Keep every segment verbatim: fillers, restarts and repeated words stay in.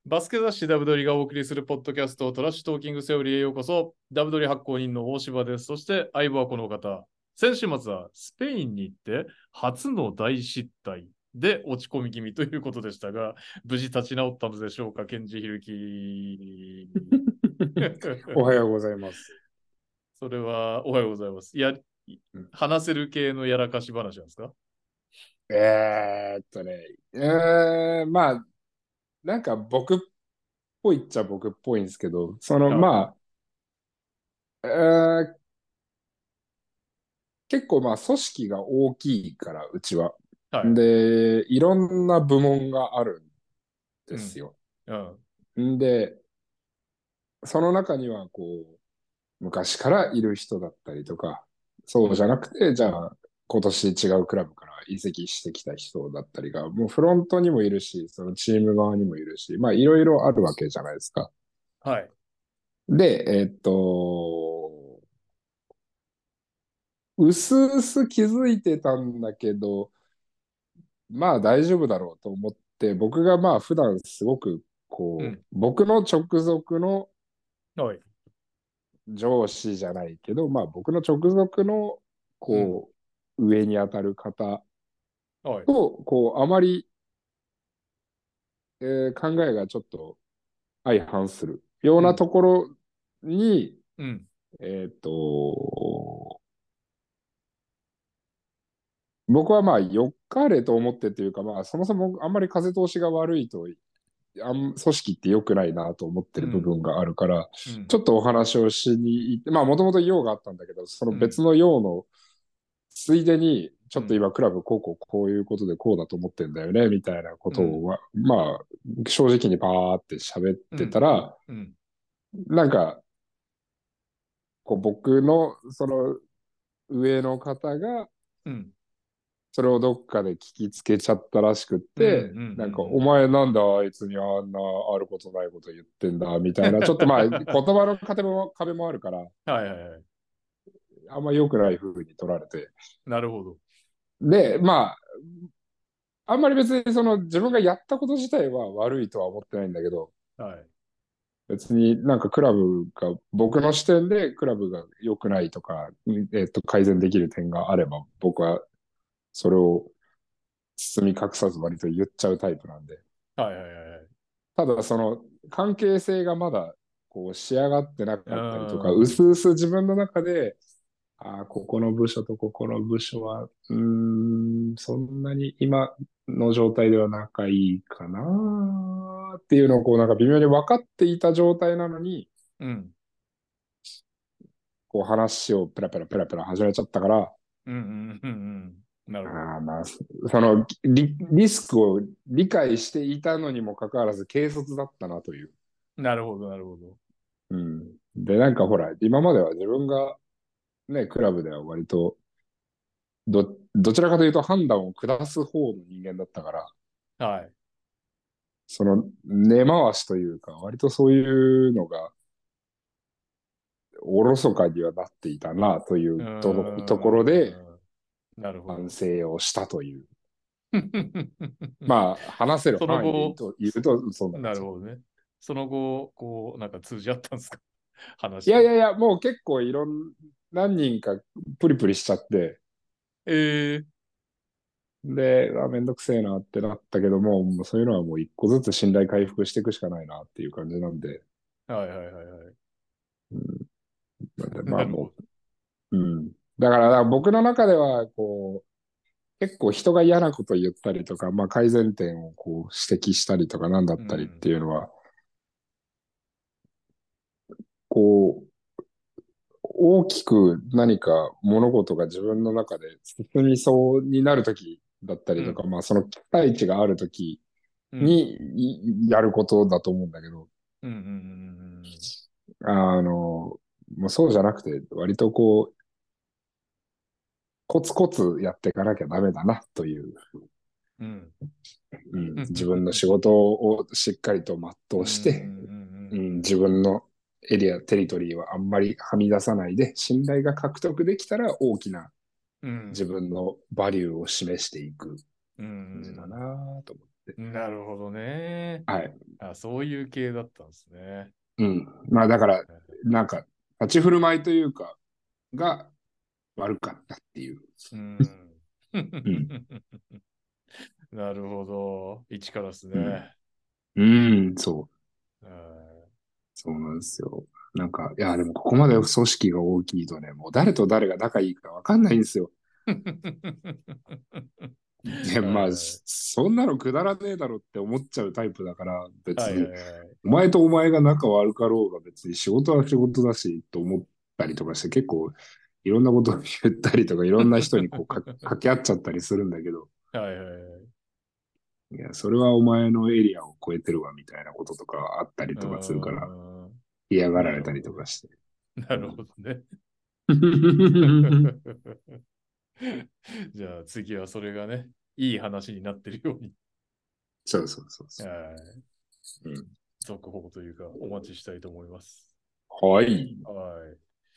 バスケ雑誌ダブドリがお送りするポッドキャストトラッシュトーキングセオリーへようこそ。ダブドリ発行人の大柴です。そして相棒はこの方。先週末はスペインに行って初の大失態で落ち込み気味ということでしたが、無事立ち直ったのでしょうか、ケンジヒルキ。 おはようございます。 それはおはようございます。いや、話せる系のやらかし話なんですか？ えーっとね、えー、まあ、なんか僕っぽいっちゃ僕っぽいんですけど、そのはい。 まあ、えー結構まあ組織が大きいから、うちは。 はい。 で、いろんな部門があるんうん。 ですよ。 うん。 んで、その中にはこう、昔からいる人だったりとか、そうじゃうん。 なくて、じゃあ今年違うクラブから移籍してきた人だったりが、もうフロントにもいるし、そのチーム側にもいるし、まあいろいろあるわけじゃないですか。 はい。 で、えっと、うすうす気づいてたんだけど、まあ大丈夫だろうと思って、僕がまあ普段すごくこう、 うん。 僕の直属のはい。 上司じゃないけど、まあ僕の直属のうん。 こう、上にあたる方はい。 と、こう、あまり、えー考えがちょっと相反するようなうん。 ところに、 うん。 えっと、僕はまあ良かれと思ってというか、まあそもそもあんまり風通しが悪いと、あん組織って良くないなと思ってる部うん。 分があるから、 うん。 ちょっとお話をしに行って、まあもともと用があったんだけど、そのうん。 別の用のついでに、ちょっとうん。 今クラブこうこうこういうことでこうだと思ってんだよね、みたいなこうん。 とを、まあ正直にパーって喋ってたうん。 ら、 うん。 なんか、こう僕のその上の方が、 うん。 それをどっかで聞きつけちゃったらしくっうん。うて、なんか、おん。 前なんだあいつにあんなあることないこと言ってんだ、みたいな、ちょっとまあ、言葉の壁も壁もあるから、 はいはいはい。 あんま良くない風に取られて。 なるほど。 で、まあ、あんまり別にその自分がやったこと自体は悪いとは思ってないんだけど、 はい。 別になんかクラブが、僕の視点でクラブが良くないとか、えっと、改善できる点があれば、僕はそれを包み隠さず割と言っちゃうタイプなんで。 はいはいはいはい。 ただその関係性がまだこう仕上がってなうーかったりとか、うすん。 うす自分の中で、ああ、ここの部署とここの部署は、うーん、そんなに今の状態では仲いいかなっていうのをこうなんか微妙に分かっていた状態なのに、 うん。 こう話をペラペラペラペラ始めちゃったから、 うん。うん。うん。なるほど。 あまあ、そのリ、リスクを理解していたのにもかかわらず軽率だったなという。 なるほど、なるほど。 うん。で、なんかほら、今までは自分がね、クラブでは割と、ど、どちらかというと判断を下す方の人間だったから、 はい。 その根回しというか、割とそういうのがおろそかにはなっていたなというーうと、ところでん。なるほ反ど。 省をしたという。まあ、話せるその範囲で言う後、 と、言うとそんな感じ。 なるほどね。その後、こう、なんか通じ合ったんですか？話が。 いやいやいや、もう結構いろん、何人かプリプリしちゃって、 ええで、あ、めんどくせえなってなったけども、もうそういうのはもう一個ずつ信頼回復していくしかないなっていう感じなんで、 ー。はいはいはいはい。 うん、なんでまあもなるほど。 う、うん。だから、だから僕の中では、こう、結構人が嫌なこと言ったりとか、まあ改善点をこう指摘したりとかなんだったりってうん。 いうのは、こう、大きく何か物事が自分の中で進みそうになるときだったりとか、 うん。 まあその期待値があるときうん。 にやることだと思うんだけど、 うん。うん。 あの、もうそうじゃなくて、割とこう、コツコツやっていかなきゃダメだなという、 うん。 うん、 うん。 自分の仕事をしっかりと全うん。ううして、うん、 ん。 自分のエリア、テリトリーはあんまりはみ出さないで、信頼が獲得できたら大きなうん。 自分のバリューを示していくう感じだん。 なと思って。 。 なるほどね。 はい。 あ、そういう系だったんですね。 うん。まあだから、なんか、立ち振る舞いというか、が悪かったっていう。 うん。 うん。 なるほど。一からですうん。 ね。 うん、そう。 うん。 そうなんですよ。なんか、いや、でもここまで組織が大きいとね、もう誰と誰が仲いいかわかんないんですよ。で、まあ、 はそんなのくだらねえだろって思っちゃうタイプだから、 い。はいは別に、 いはい。 お前とお前が仲悪かろうが別に仕事は仕事だし、と思ったりとかして、結構いろんなことを言ったりとか、いろんな人にこうか掛け合っちゃったりするんだけど、 はいはいはい。 いや、それはお前のエリアを超えてるわみたいなこととかあったりうとかするから、 ーん。 嫌がられたりなるほどね。 とかして。 なるほどね。 うん。 じゃあ次はそれがね、いい話になってるように、 そうそうそうそはう。うん、 い、続報というかお待ちしたいと思います。 はい。 はい。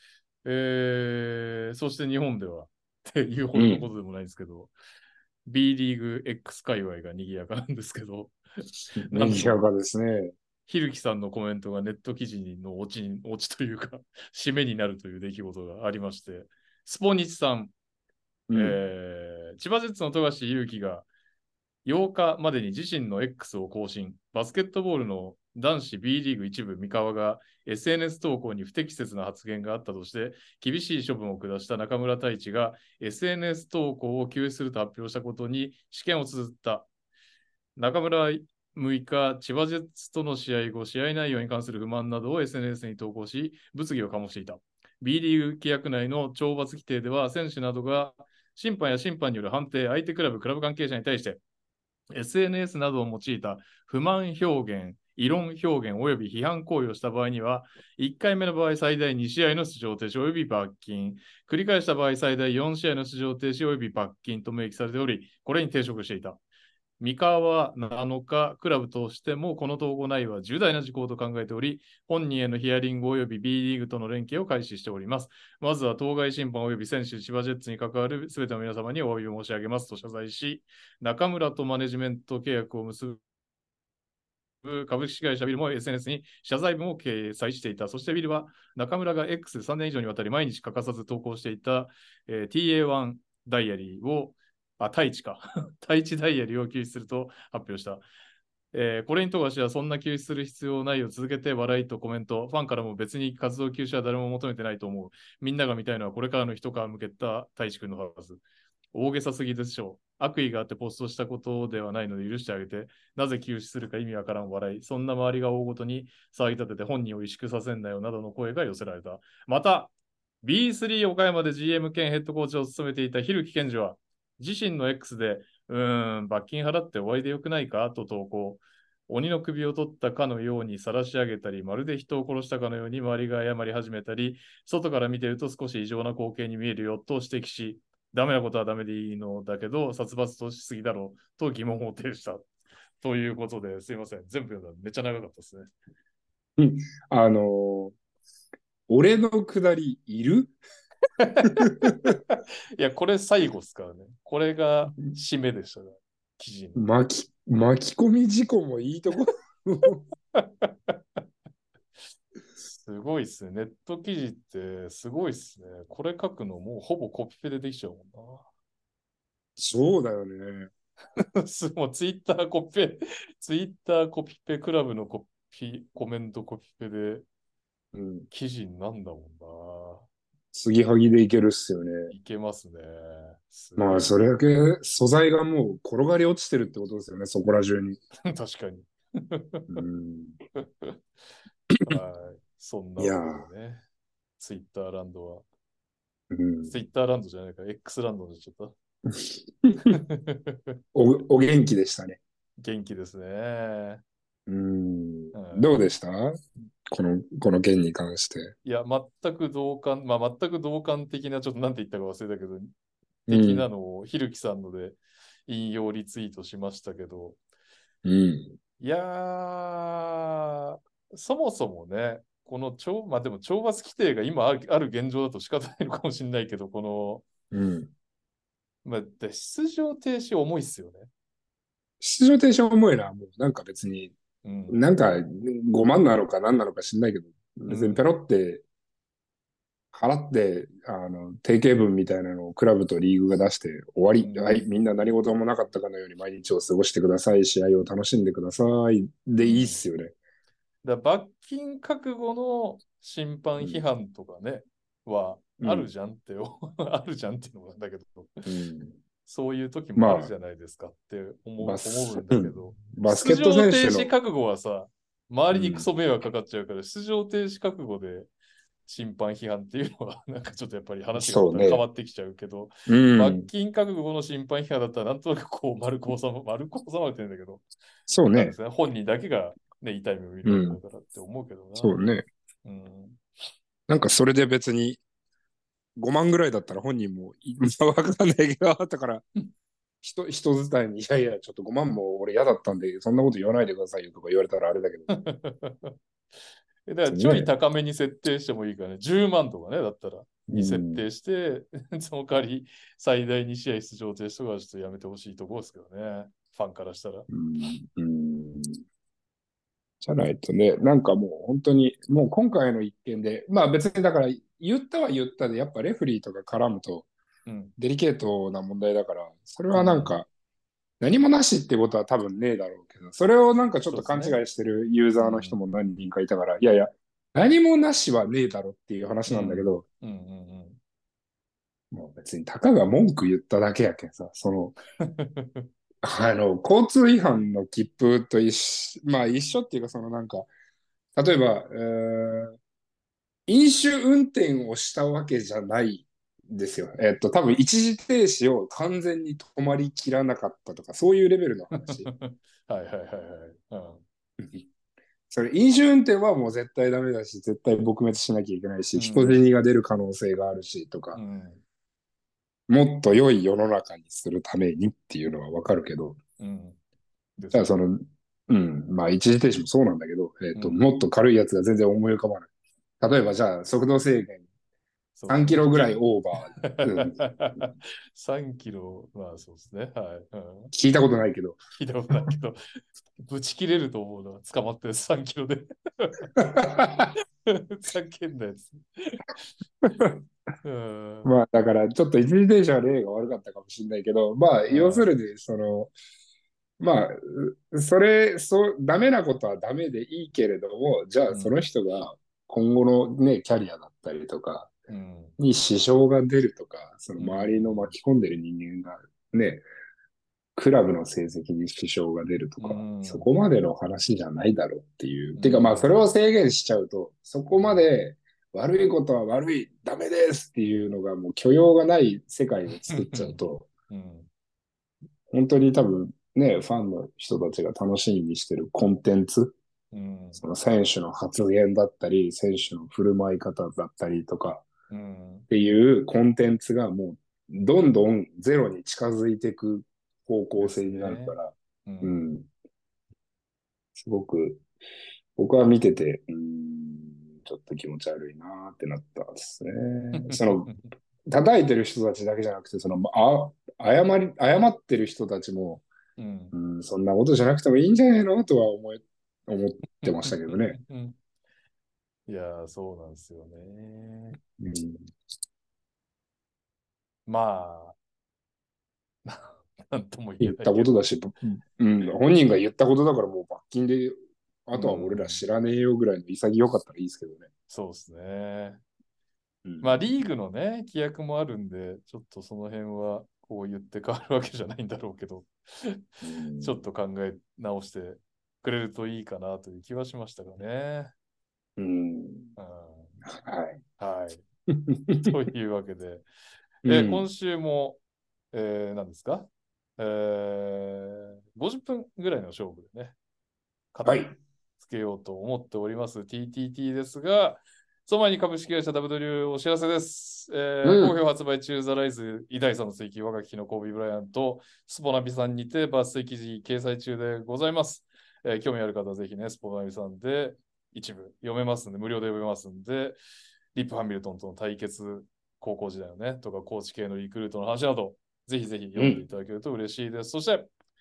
えー、そして日本では、っていうほうん。 どのことでもないんですけど、B リーグ X 界隈が賑やかなんですけど、なんと、 賑やかですね。 ひるきさんのコメントがネット記事のオチに、オチというか、締めになるという出来事がありまして、スポニチさん、 うん。 えー、千葉ジェッツの富樫勇樹がようかまでに自身の X を更新。バスケットボールの男子 B リーグ一部三河が エスエヌエス 投稿に不適切な発言があったとして厳しい処分を下した中村太一が エスエヌエス 投稿を休止すると発表したことに試験を綴った。中村はむいか、千葉ジェッツとの試合後、試合内容に関する不満などを エスエヌエス に投稿し、物議を醸していた。B リーグ規約内の懲罰規定では、選手などが審判や審判による判定、相手クラブ、クラブ関係者に対して、エスエヌエス などを用いた不満表現、異論表現及び批判行為をした場合には、いっかいめの場合最大に試合の出場停止及び罰金、繰り返した場合最大よん試合の出場停止及び罰金と明記されており、これに抵触していた。三河はなのか、クラブとしてもこの統合内容は重大な事項と考えており、本人へのヒアリング及び B リーグとの連携を開始しております。まずは当該審判及び選手、千葉ジェッツに関わるすべての皆様にお詫び申し上げますと謝罪し、中村とマネジメント契約を結ぶ株式会社ビルも エスエヌエス に謝罪文を掲載していた。そしてビルは中村が X でさんねん以上にわたり毎日欠かさず投稿していた、えー、ティーエーワン ダイアリーを、あ、太一か。太一ダイアリーを休止すると発表した。えーこれに富樫はそんな休止する必要ないを続けて笑いとコメント。ファンからも別に活動休止は誰も求めてないと思う。みんなが見たいのはこれからの一皮向けた太一君のはず。大げさすぎでしょう。悪意があってポストしたことではないので許してあげて、なぜ休止するか意味わからん笑い。そんな周りが大ごとに騒ぎ立てて本人を萎縮させんなよなどの声が寄せられた。また、ビースリー 岡山で ジーエム 兼ヘッドコーチを務めていた蛭木健二は、自身の X で、うーん、罰金払って終わりでよくないかと投稿。鬼の首を取ったかのように晒し上げたり、まるで人を殺したかのように周りが謝り始めたり、外から見ていると少し異常な光景に見えるよと指摘し、ダメなことはダメでいいのだけど、殺伐としすぎだろうと疑問を呈した。ということで、すいません。全部読んだらめっちゃ長かったですね。 うん。あのー俺のくだりいる？ いや、これ最後ですからね。これが締めでしたね。記事の。 巻き、巻き込み事故もいいとこ。 すごいっすね。ネット記事ってすごいっすね。これ書くのもうほぼコピペでできちゃうもそうだよね。 んな。すもうツイッターコピペ、ツイッターコピペ、クラブのコピ、コメントコピペでうん。 記事になんだもんな。 継ぎはぎでいけるっすよね。 いけますね。すまあ、 ごいな。 それだけ素材がもう転がり落ちてるってことですよね、そこら中に。 確かに。 うん。 はい。そんないやわけでね。ツイッターランドは、 ー、うん。 ツイッターランドじゃないか、X ランドになっちゃった。 お、お元気でしたね。 元気ですね。 うん。 はい。 どうでしたこの、この件に関して？ いや、全く同感、まあ、全く同感的な、ちょっとなんて言ったか忘れたけど、 うん。 的なのをひるきさんので引用リツイートしましたけど、 うん。 いやー、そもそもね、この懲、まあでも懲罰規定が今ある、ある現状だと仕方ないのかもしれないけど、こうん。 の、まあ、出場停止重いっすよね。 出場停止重いのはもうなんか別に、 うん。 なんかごまんなのか何なのか知んないけど、別にペロって払って、あの、定型文みたいなのをクラブとリーグが出して終わり。 うん。 はい、みんな何事もなかったかのように毎日を過ごしてください。試合を楽しんでください。でいいっうん。 すよね。 だ罰金覚悟の審判うん。 批判とかね、はあるうん。 じゃんってあるじゃんっていうのもなんだけど、 うん。 そういう時もあるまあ、 じゃないですかって思う、思バス、 うんだうん。 けど、 バスケット出場選手の、 停止覚悟はさ、周りにクうん。 ソ迷惑かかっちゃうから、出場停止覚悟で審判批判っていうのは、なんかちょっとやっぱり話がまた変そうね。 わってきちゃうけど、 う罰ん。 金覚悟の審判批判だったら、なんとなくこう丸く収ま、丸く収まれてるんだけど、 そうね。 わかんないですね。本人だけが、ね、痛い目を見るわけだうん。 からって思うけどな。 そうね。 うん。 なんかそれで別にごまんぐらいだったら本人も、いわかんないけど、あったから、人、人伝いに、いやいや、ちょっとごまんも俺嫌だったんで、そんなこと言わないでくださいよとか言われたらあれだけど、 だからちょい別にね。 高めに設定してもいいからね、じゅうまんとかね、だったら、 うに設定ん。 して、その代わり最大に試合出場停止とかはちょっとやめてほしいところですけどね、ファンからしたら。 うん。うん。じゃないとね、なんかもう本当に、もう今回の一件で、まあ別にだから言ったは言ったで、やっぱレフリーとか絡むとうん。 デリケートな問題だから、それうん。 はなんか何もなしってことは多分ねえだろうけど、それをなんかちょっと勘違そうですね。 いしてるユーザーの人うん。 も何人かいたから、いやいや、何もなしはねえだろっていう話なんだけうん。 ど、 うん。うん。 もう別にたかが文句言っただけやけんさ、その、 うん。 あの、交通違反の切符と一緒、まあ一緒っていうかそのなんか、例えば、えー飲酒運転をしたわけじゃないんですよ。えっと、多分一時停止を完全に止まりきらなかったとか、そういうレベルの話。 はいはいはいはい。 それ、飲酒運転はもう絶対ダメだし、絶対撲滅しなきゃいけないし、 うん。 人死にが出る可能性があるし、とか、 うん。 もっと良い世の中にするためにっていうのはわかるけど、 うん。ですね。 じゃあその、うん、まあ一時停止もそうなんだけど、えっと、 うん。 もっと軽いやつが全然思い浮かばない。例えばじゃあ速度制限3 そうですね。 キロぐらいげオーバー、うん、 さんキロ、まあそうですね。はい。うん、 聞いたことないけど、 聞いたことないけど、ぶち切れると思うのは捕まってさんキロで叫んだやつ。うん。 まあだからちょっと一時停止は例が悪かったかもしれないけど、まあ要すあるにその、まあ、それ、そう、ダメなことはダメでいいけれども、じゃあそのうん。 人が今後のね、キャリアだったりとかうん。 に支障が出るとか、そのうん。 周りの巻き込んでる人間がね、クラブの成績に支障が出るとうか、そん。 こまでの話じゃないだろうっていう。 うてかまあそれをん。 制限しちゃうと、そこまうん。 で悪いことは悪い、ダメですっていうのがもう許容がない世界を作っちゃうと、 うん。 本当に多分ね、ファンの人たちが楽しみにしてるコンテンツ、 うん。 その選手の発言だったり、選手の振る舞い方だったりとかうん。 っていうコンテンツがもうどんどんゼロに近づいていく方向です性になるかね。 ら、 うん。 うん、すごく僕は見てて、うん、ちょっと気持ち悪いなってなったですね。その、叩いてる人たちだけじゃなくて、その、あ、謝り、謝ってる人たちも、 うん。 うん、そんなことじゃなくてもいいんじゃないのとは思い、思ってましたけどね。 いやー、そうなんですよね。 うん、 まあ、なんとも言言っえないけど。 たことだし、うん、本人が言ったことだからもう罰金で、 うあとは俺らん。 知らねえよぐらいの潔かったらいいですけどね。 そうですね。 うん、 まあ、リーグのね、規約もあるんで、ちょっとその辺は、こう言って変わるわけじゃないんだろうけど、 うん、 ちょっと考え直してくれるといいかなという気はしましたがね。 うん、 うん、 はい。 はい。というわけで、えー今うん、 週も、えー、何ですか、えー、ごじゅっぷんぐらいの勝負でね、片はい。 つけようと思っております ティーティーティー ですが、その前に株式会社 ダブリューダブリュー お知らせです。 うえー、好評ん、 発売中、ザ・ライズ、偉大さんの追記、若き日のコービー・ブライアント、スポナビさんにて抜粋記事掲載中でございます。えー、興味ある方はぜひね、スポナビさんで一部読めますんで、無料で読めますんで、リップ・ハミルトンとの対決、高校時代のね、とか、コーチ系のリクルートの話など、ぜひぜひ読んでいうん。 ただけると嬉しいです。そして、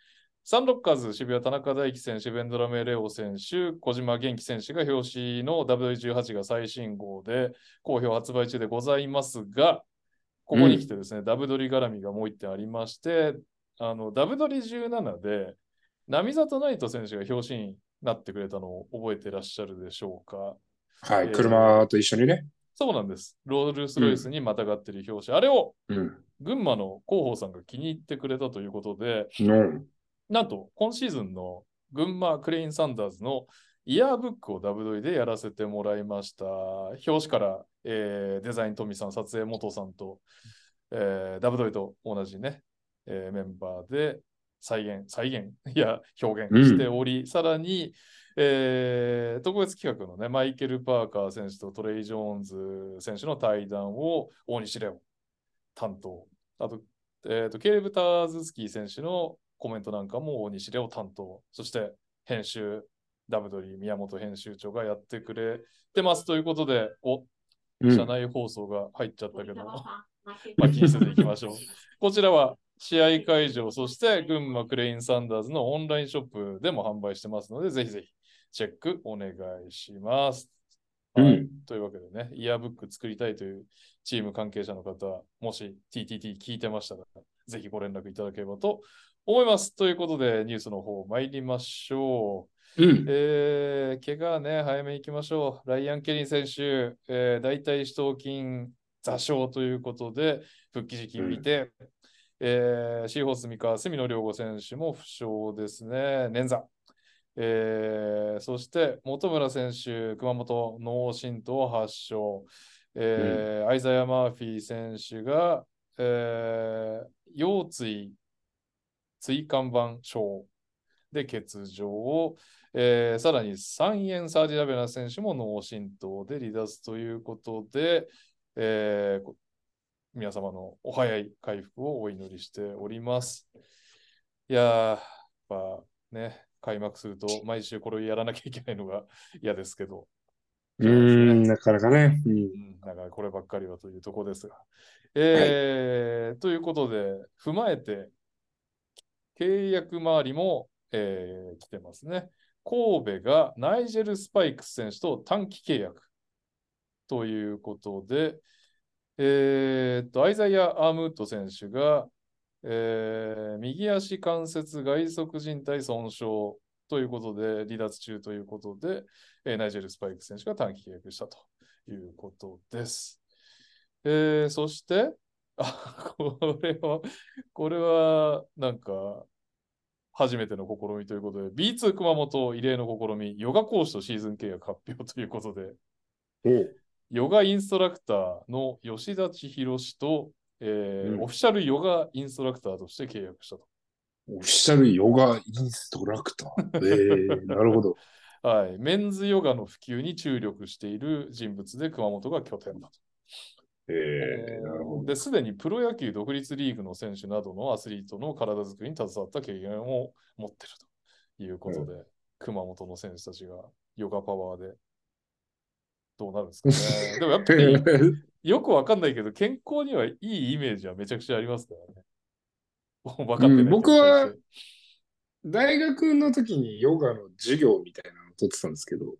サンロッカーズ渋谷田中大輝選手、ベンドラメレオ選手、小島元気選手が表紙の ダブリューじゅうはち が最新号で好評発売中でございますが、ここに来てですね、うん、ダブドリ絡みがもう一点ありまして、あのダブドリじゅうななで、並里ナイト選手が表紙になってくれたのを覚えてらっしゃるでしょうか。 はい、えー、車と一緒にね。 そうなんです。ロールスロイスにまたがってる表紙。うん、あれを、群馬の広報さんが気に入ってくれたということで、 うん、 なんと、今シーズンの群馬クレインサンダーズのイヤーブックをダブドリでやらせてもらいました。表紙から、えー、デザイントミさん、撮影元さんと、えー、ダブドリと同じね、えー、メンバーで再現、再現いや、表現しており、うん、さらに、えー、特別企画のね、マイケル・パーカー選手とトレイ・ジョーンズ選手の対談を大西レオ担当。あと、えーと、ケーレブ・ターズスキー選手のコメントなんかも大西レオ担当。そして編集、ダブドリ宮本編集長がやってくれてますということで、お、社内放送が入っちゃったけど、うん、まあ気にせずいきましょう。こちらは試合会場、そして群馬クレインサンダーズのオンラインショップでも販売してますので、ぜひぜひチェックお願いします。はい、うん、というわけでね、イヤーブック作りたいというチーム関係者の方、もし ティーティーティー 聞いてましたら、ぜひご連絡いただければと思います。ということで、ニュースの方参りましょう。うん、えー、怪我ね、早めに行きましょう。ライアン・ケリン選手、えー、大腿四頭筋座礁ということで、復帰時期見て、うん、えー、シーホースミカ、隅野良吾選手も負傷ですね、捻挫。えー、そして本村選手、熊本脳震盪発症、えーうん、アイザヤ・マーフィー選手が、えー、腰椎椎間板症で欠場を、えー、さらに三円サーディ・ラベナ選手も脳震盪で離脱ということで、えー、皆様のお早い回復をお祈りしております。いやー、やっぱね、開幕すると毎週これをやらなきゃいけないのが嫌ですけど。 うーん、なかなかね。 うん、だからこればっかりはというところですが。えーはい、ということで、踏まえて、契約周りも、えー、来てますね。神戸がナイジェル・スパイクス選手と短期契約ということで、えー、っと、アイザイア・アームウッド選手が、えー、右足関節外側靭帯損傷ということで、離脱中ということで、えー、ナイジェル・スパイク選手が短期契約したということです。えー、そして、あ、これは、これは、なんか、初めての試みということで、ビーツー 熊本異例の試み、ヨガ講師とシーズン契約発表ということで、ヨガインストラクターの吉田千尋氏と、えーうん、オフィシャルヨガインストラクターとして契約したと。 オフィシャルヨガインストラクター。えー、なるほど。 はい。メンズヨガの普及に注力している人物で熊本が拠点だと。 えー、なるほど。 で、すでにプロ野球独立リーグの選手などのアスリートの体作りに携わった経験を持っているということで、うん、熊本の選手たちがヨガパワーでどうなるんですかね。でもやっぱりよくわかんないけど、健康にはいいイメージはめちゃくちゃありますからね。分かってないけど、うん、僕は大学の時にヨガの授業みたいなのを取ってたんですけど。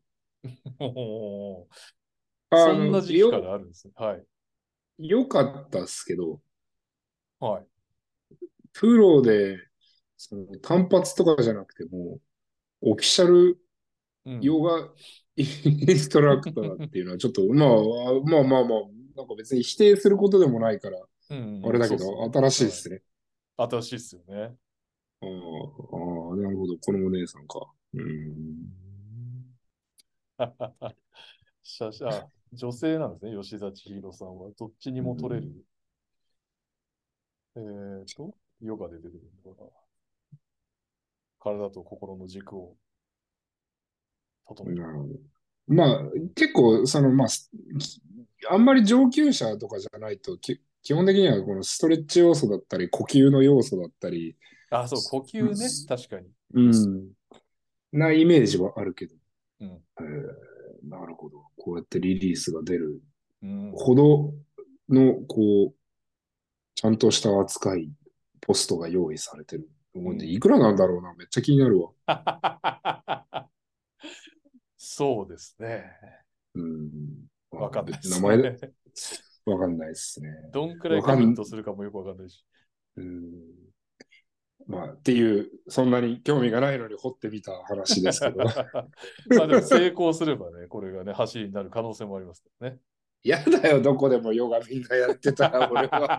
そんな時期からあるんですね。はい。 よかったっすけど、 はい。 プロで、その単発とかじゃなくても、オフィシャルヨガインストラクターっていうのはちょっと、まあ、まあまあまあ、なんか別に否定することでもないから、うんうん、あれだけど、ね、新しいですね、 はい。新しいですよね。 ああ、なるほど。このお姉さんか。うん。 しゃしゃ女性なんですね、吉田千尋さんは。どっちにも取れる。うん、えっ、ー、と、ヨガで出てくるのかな。体と心の軸を整える。 なるほど。まあ、結構、その、まあ、あんまり上級者とかじゃないと、基本的にはこのストレッチ要素だったり、呼吸の要素だったり。 あ、そう、呼吸ね、確かに。 うん。なイメージはあるけど。 うん、 えー、なるほど。こうやってリリースが出るほどの、こう、ちゃんとした扱い、ポストが用意されてる。 もうでいくらなんだろうな。めっちゃ気になるわ。 そうですね。 うん。まあ、 わかんないですね。 名前で、わかんないですね。 どんくらいわかん、 コミットするかもよくわかんないし。 うん。まあ、っていう、そんなに興味がないのに掘ってみた話ですけど。 まあでも成功すればね、これがね、走りになる可能性もありますけどね。 やだよ、どこでもヨガみんなやってたら、俺は。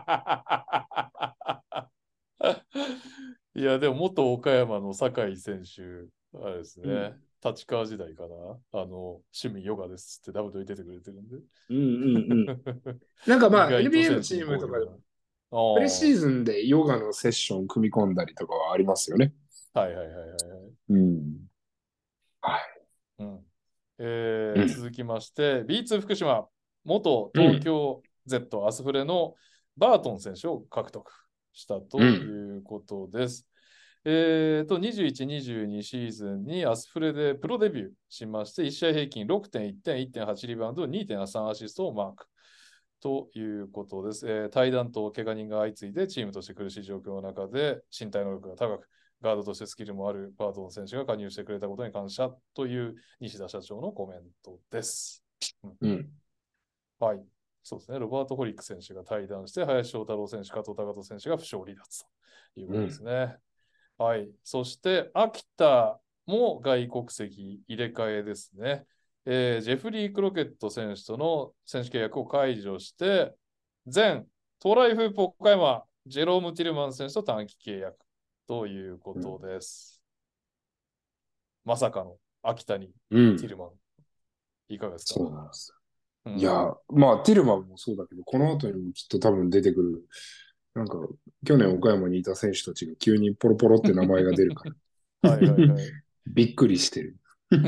いや、でも元岡山の酒井選手、あれですうん。 ね、立川時代かな、あの、趣味ヨガですってダブルに出てくれてるんで。 うんうんうん。なんかまあ、 意外とエヌビーエー のチセンスのームとかでも、 高いような。あプレシあ、 ーズンでヨガのセッション組み込んだりとかはありますよね。 はいはいはいはいはい。 うん。はい。 うん。えーうん。 続きまして、ビーツー 福島、元うん。 東京 Z アスフレのバートン選手を獲得したとうん。 いうことです。えーと、にじゅういち、にじゅうにシーズンにアスフレでプロデビューしまして、いち試合平均ろくてんいってん、いってんはちリバウンド、にてんさんアシストをマーク。ということです。えー、対談と怪我人が相次いでチームとして苦しい状況の中で身体能力が高く、ガードとしてスキルもあるバートン選手が加入してくれたことに感謝という西田社長のコメントです。うん、 うん。 はい。そうですね。ロバート・ホリック選手が対談して、林翔太郎選手、加藤隆人選手が負傷離脱ということですうん。 ね。はい。そして、秋田も外国籍入れ替えですね。えージェフリー・クロケット選手との選手契約を解除して、前トライフープ岡山、ジェローム・ティルマン選手と短期契約ということです。まさかの秋田にうん。 ティルマン、いかがですか？ そうなんです。 うん。 いや、まあ、ティルマンもそうだけど、この後にもきっと多分出てくる。なんか、去年岡山にいた選手たちが急にポロポロって名前が出るから。 はいはいはい。 びっくりしてる。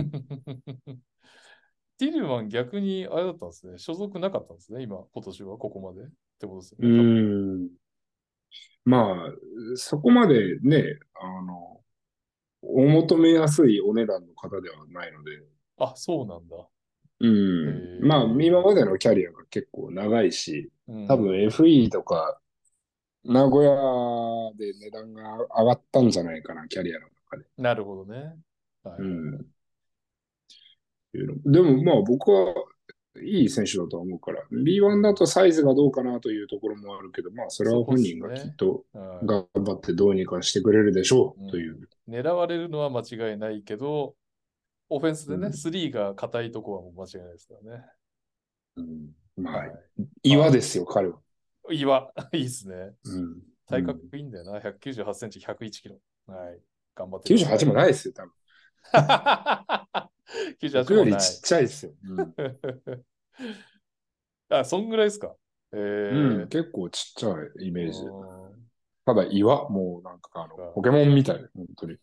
ティルマン逆にあれだったんですね。所属なかったんですね。今、今年はここまでってことですようね、多分。 ーん。まあ、そこまでね、あの、お求めやすいお値段の方ではないので、 あ、そうなんだ。 うへん。まあ、今え。 までのキャリアが結構長いし、 う多分ん。 エフイー とか名古屋で値段が上がったんじゃないかな、キャリアの中で。 なるほどね。はいはいはい。 うん。でもまあ僕はいい選手だとは思うから、ビーワン だとサイズがどうかなというところもあるけど、まあそれそこっは本人がきっすね。 とは頑張ってどうにかしてくれるでしょい。ううという。 ん。狙われるのは間違いないけど、オフェンスでね、 うん。 スリーが硬いとこはもう間違いないですからね。 うん、まあ、 はい。はい。 岩ですよ、彼は。 岩、いいですね。 うん。う体格ん。 いいんだよな。ひゃくきゅうじゅうはちセンチ、ひゃくいちキロ。はい。頑張ってくださきゅうじゅうはちい。 もないですよ、多分。 きゅうじゅうはち僕よりもない。 ちっちゃいですよ。うん。 あ、そんぐらいですか。えうん、 ー、 結構ちっちゃいイうメージで。 ーん。 ただ岩、もうなんかあの、 がポケモンみたいな、本当に。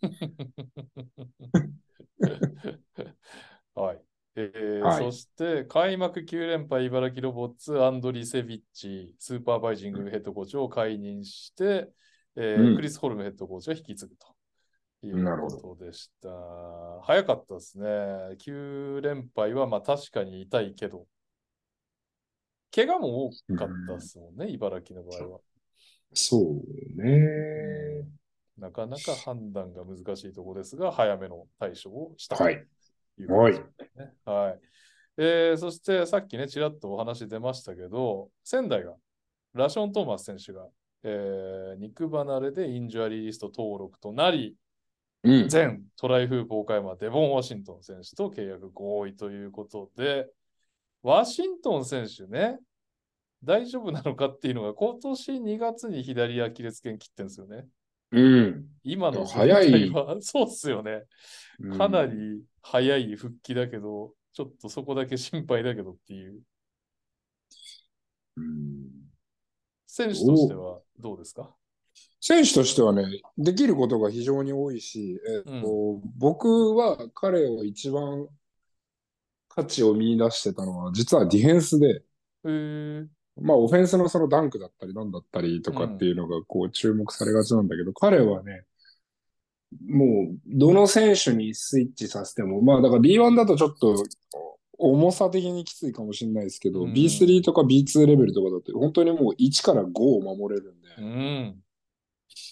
はい。えーはい。 そして、開幕きゅう連敗茨城ロボッツ、アンドリセビッチ、スーパーバイジングヘッドコーチを解任して、えークリうん。 ス・ホルムヘッドコーチは引き継ぐというこなるほど。 とでした。早かったですね。きゅう連敗はまあ確かに痛いけど、怪我も多うかったでん、 すもんね、茨城の場合は。 そううね。 ん、なかなか判断が難しいところですが、早めの対処をしたとはい。 いうはい。 形ですね。はい。えーそしてさっきね、ちらっとお話出ましたけど、仙台がラション・トーマス選手が、えー肉離れでインジュアリーリスト登録となり、 うん。 前トライフープ岡山デボン・ワシントン選手と契約合意ということで、ワシントン選手ね、大丈夫なのかっていうのが今年にがつに左アキレス腱切ってるんですよね。 うん。 今の状早い。 態は、そうっすよね。 うかなん。 り早い復帰だけど、ちょっとそこだけ心配だけどっていう。 うん。 選手としてどうはどうですか？ 選手としてはね、できることが非常に多いし、えっうん。 と、僕は彼を一番価値を見出してたのは、実はディフェンスで、 へえ。 まあ、オフェンスのそのダンクだったり、なんだったりとかってうん。 いうのが、こう、注目されがちなんだけど、彼はね、もう、どの選手にスイッチさせても、まあ、だから ビーワン だとちょっと、重さ的にきついかもしれないですけうど、ビースリーん。 とか ビーツー レベルとかだと、本当にもういちからごを守れるんで、 うん。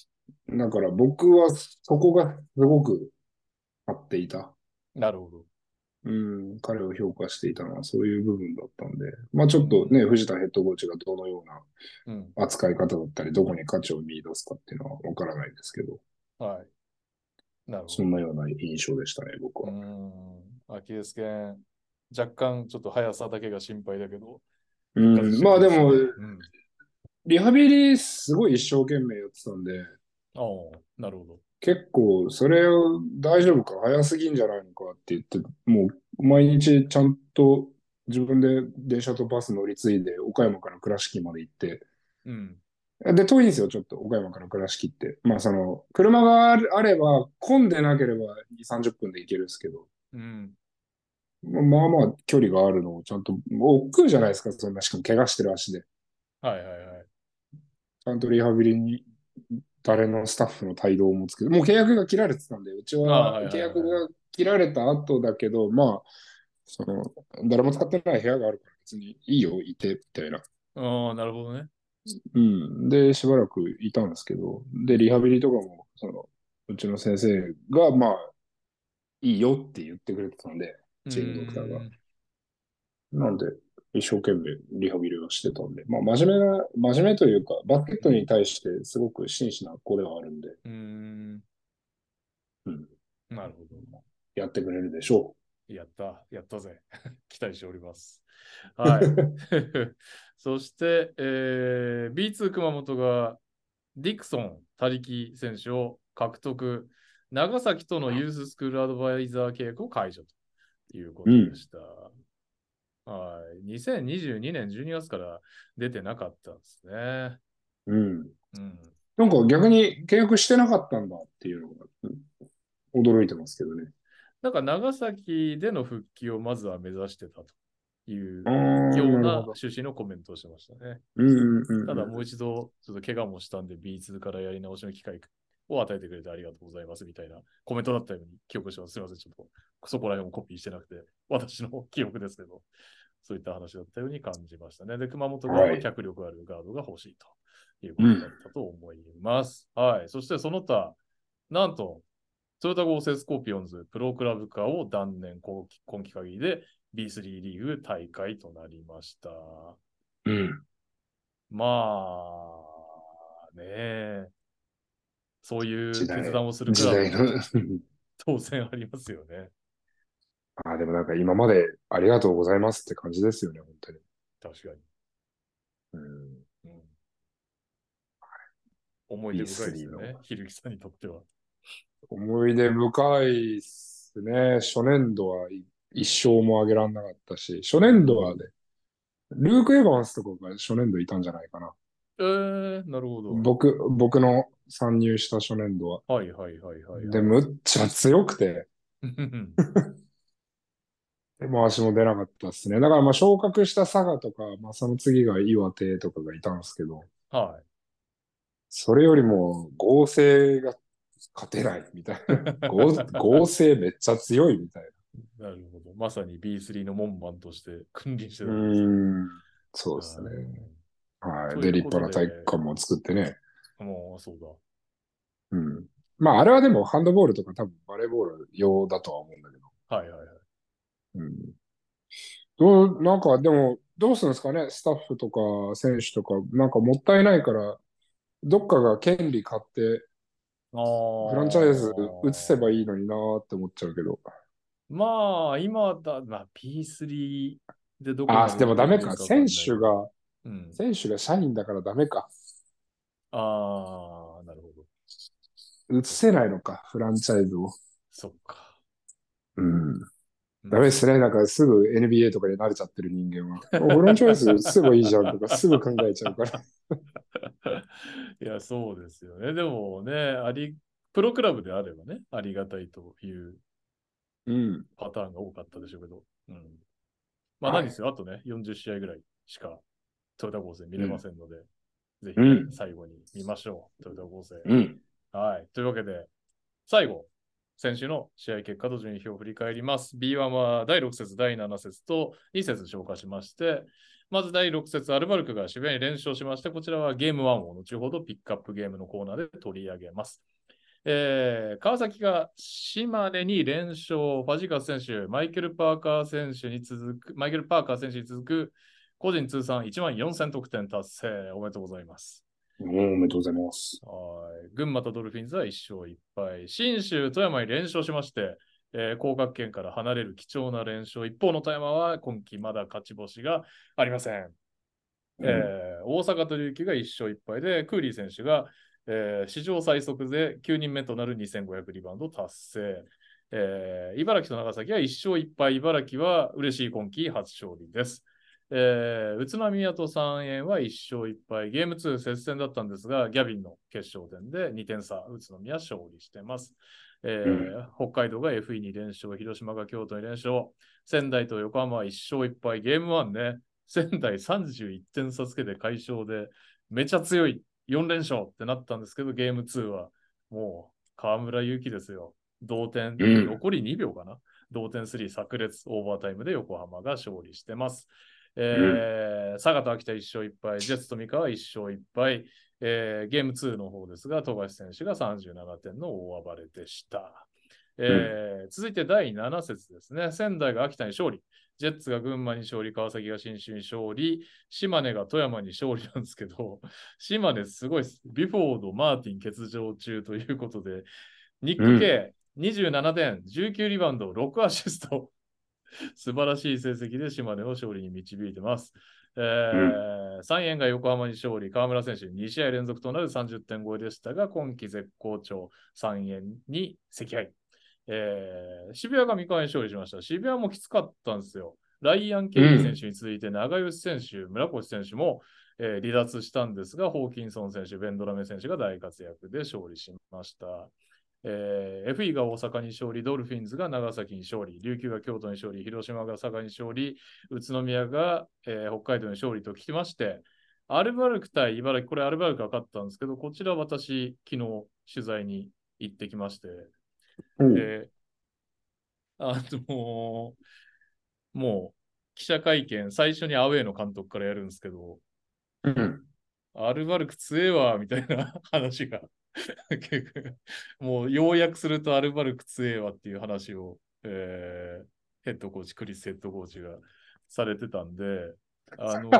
だから僕はそこがすごく合っていた。 なるほど。 うん、彼を評価していたのはそういう部分だったんで、まあちょっとね、 うん。 藤田ヘッドコーチがどのようなうん。 扱い方だったり、どこに価値を見出すかっていうのはわからないですけど、 はい。なるほど。 そんなような印象でしたね、僕うは。 ん。アキレス腱、若干ちょっと速さだけが心配だけど、 う復活しん、 てるまあでも、 といいですね。うん。 リハビリすごい一生懸命やってたんで、 ああ、なるほど。 結構それを大丈夫か、早すぎんじゃないのかって言って、もう毎日ちゃんと自分で電車とバス乗り継いで岡山から倉敷まで行って、 うん。 で、遠いんですよ、ちょっと岡山から倉敷って。まあその、車があれば混んでなければに、さんじゅっぷんで行けるんですけど、 うん。 まあまあ距離があるのをちゃんと、億劫じゃないですか、そんな、しかも怪我してる足で。 はいはいはい。 ちゃんとリハビリに誰のスタッフの帯同もつけて、もう契約が切られてたんで、うちああ、 ははいはいはいはい。 契約が切られた後だけど、まあ、その、誰も使ってない部屋があるから別にいいよ、いて、みたいな。 ああ、なるほどね。 うん。で、しばらくいたんですけど、で、リハビリとかも、その、うちの先生が、まあ、いいよって言ってくれてたんで、 うーチームドクターが。 ん。 なんで、一生懸命リハビリをしてたんで、まあ、真面目な、真面目というか、バスケットに対してすごく真摯な子ではあるんで、 うーん。 うん、 なるほど。 やってくれるでしょやった。やったぜ。期待しております。 う。 はい。そして、えー、ビーツー 熊本がディクソン・タリキ選手を獲得。長崎とのユーススクールアドバイザー契約を解除というこうん。 とでした。はい。にせんにじゅうにねんじゅうにがつから出てなかったんですね。 うん。 うん。 なんか逆に契約してなかったんだっていうのが、うん驚いてますけどね。 なんか長崎での復帰をまずは目指してたといああ、 うようなるほど。 な趣旨のコメントをしてましたね。 うんうんうんうん。 ただもう一度、ちょっと怪我もしたんで ビーツー からやり直しの機会を与えてくれてありがとうございますみたいなコメントだったように記憶してます。すみません。ちょっとそこら辺をコピーしてなくて、私の記憶ですけど、そういった話だったように感じましたね。で、熊本側はい。 は脚力あるガードが欲しいといううん。 ことだったと思います。はい。そしてその他、なんと、トヨタ合成スコーピオンズプロクラブ化を断念、今期今期限りで ビースリー リーグ大会となりました。 うん。 まあ、ねえ、そういう決時代、 断をするクラブも時代の当然ありますよね。 ああ、でもなんか今までありがとうございますって感じですよね、本当に。 確かに。 うん。 うん、思い出深いですよビースリー の。 ね。ひるきさんにとっては。 思い出深いっすね。初年度はい一生もあげらんなかったし、初うん。 年度はね、ルーク・エヴァンスとかが初年度いたんじゃないかな。 えー、なるほど。 僕、僕の参入した初年度は。 はいはいはいはいで、 はい。 むっちゃ強くて、でも足も出なかったですね。だからまあ昇格した佐賀とか、まあその次が岩手とかがいたんですけど、 はい。 それよりも合成が勝てないみたいな。合、合成めっちゃ強いみたいなるほど。まさに ビースリー の門番として君臨してたな。うわけですね。 ーん。そううですね。 ん、 はい。で、 という立派な体ことで、 育館も作ってね。 もうそうだ。 うん。まあ、あれはでもハンドボールとか多分バレーボール用だとは思うんだけど。 はいはいはい。 うん。どう、なんかでも、どうするんですかね、スタッフとか選手とか、なんかもったいないから、どっかが権利買って、 あフランチャイズ移せばいいあ。 のになーって思っちゃうけど。 まあ、今だ、まあ、ピースリー でどこああ、 まででもダメか。 できるかわか選んないけど。 手が、 うん。 選手が社員だからダメか。 ああ、なるほど。 移そっか。 せないのか、フランチャイズを。 そっか。 うん。ダメ難しい。 ですね。なんかすぐ エヌビーエー とかで慣れちゃってる人間は。フランチャイズ移せばいいじゃんとかすぐ考えちゃうから。 いや、そうですよね。でもね、あり、プロクラブであればね、ありがたいといううん。 パターンが多かったでしょうけど。うん。まあはい。 何ですよ。あとね、よんじゅう試合ぐらいしかトヨタ合成見れまうん。 せんので、ぜひね、 うん。 最後に見ましょう。トヨタ合成。 うん。 はい。というわけで、最後、先週の試合結果と順位表を振り返ります。ビーワン はだいろく節、だいなな節とに節消化しまして、 まずだいろく節、アルバルクが渋谷に連勝しまして、こちらはゲームワンを後ほどピックアップゲームのコーナーで取り上げます。えー、川崎が島根に連勝、ファジーカス選手、マイケル・パーカー選手に続く、マイケル・パーカー選手に続く、個人通算いちまんよんせん得点達成、おめでとうございます。 おめでとうございます。 はい。群馬とドルフィンズはいっ勝いっ敗。信州、富山に連勝しまして、えー、降格圏から離れる貴重な連勝。一方の富山は今季まだ勝ち星がありません。うん、えー、大阪と琉球がいっ勝いっ敗で、クーリー選手が、えー、史上最速できゅうにんめとなるにせんごひゃくリバウンド達成。えー、茨城と長崎はいっ勝いっ敗。茨城は嬉しい今季初勝利です。えー、宇都宮と三円はいっ勝いっ敗。ゲームツー接戦だったんですが、ギャビンの決勝点でにてん差、宇都宮勝利してます。えーうん、北海道が エフイー に連勝、広島が京都に連勝、仙台と横浜はいっ勝いっ敗。ゲームワンね、仙台さんじゅういってん差つけて快勝で、めちゃ強いよん連勝ってなったんですけど、ゲームツーはもう河村勇輝ですよ。同点、うん、残りにびょうかな。同点スリー炸裂、オーバータイムで横浜が勝利してます。えーうん、佐賀と秋田いっ勝いっ敗、ジェッツと三河いっ勝いっ敗、えー、ゲームツーの方ですが、富樫選手がさんじゅうななてんの大暴れでした。えーうん、続いてだいなな節ですね。仙台が秋田に勝利、ジェッツが群馬に勝利、川崎が信州に勝利、島根が富山に勝利なんですけど、島根すごいです。ビフォード、マーティン欠場中ということで、ニック系にじゅうななてん、じゅうきゅうリバウンド、ろくアシスト。素晴らしい成績で島根を勝利に導いてます。えーうん、三円が横浜に勝利、河村選手に試合連続となるさんじゅってん超えでしたが、今季絶好調、三円に惜敗。えー、渋谷が三河に勝利しました。渋谷もきつかったんですよ。ライアン・ケリー選手に続いて、長吉選手、うん、村越選手も、えー、離脱したんですが、ホーキンソン選手、ベンドラメ選手が大活躍で勝利しました。えー、エフイー が大阪に勝利、ドルフィンズが長崎に勝利、琉球が京都に勝利、広島が佐賀に勝利、宇都宮が、えー、北海道に勝利と聞きまして、アルバルク対茨城、これアルバルクが勝ったんですけど、こちら私、昨日取材に行ってきまして、うん、で、あのー、もう記者会見、最初にアウェーの監督からやるんですけど、 うん、 アルバルク強えわ、みたいな話がもう要約するとアルバルク強えわっていう話を、えー、ヘッドコーチ、クリスヘッドコーチがされてたんで、あの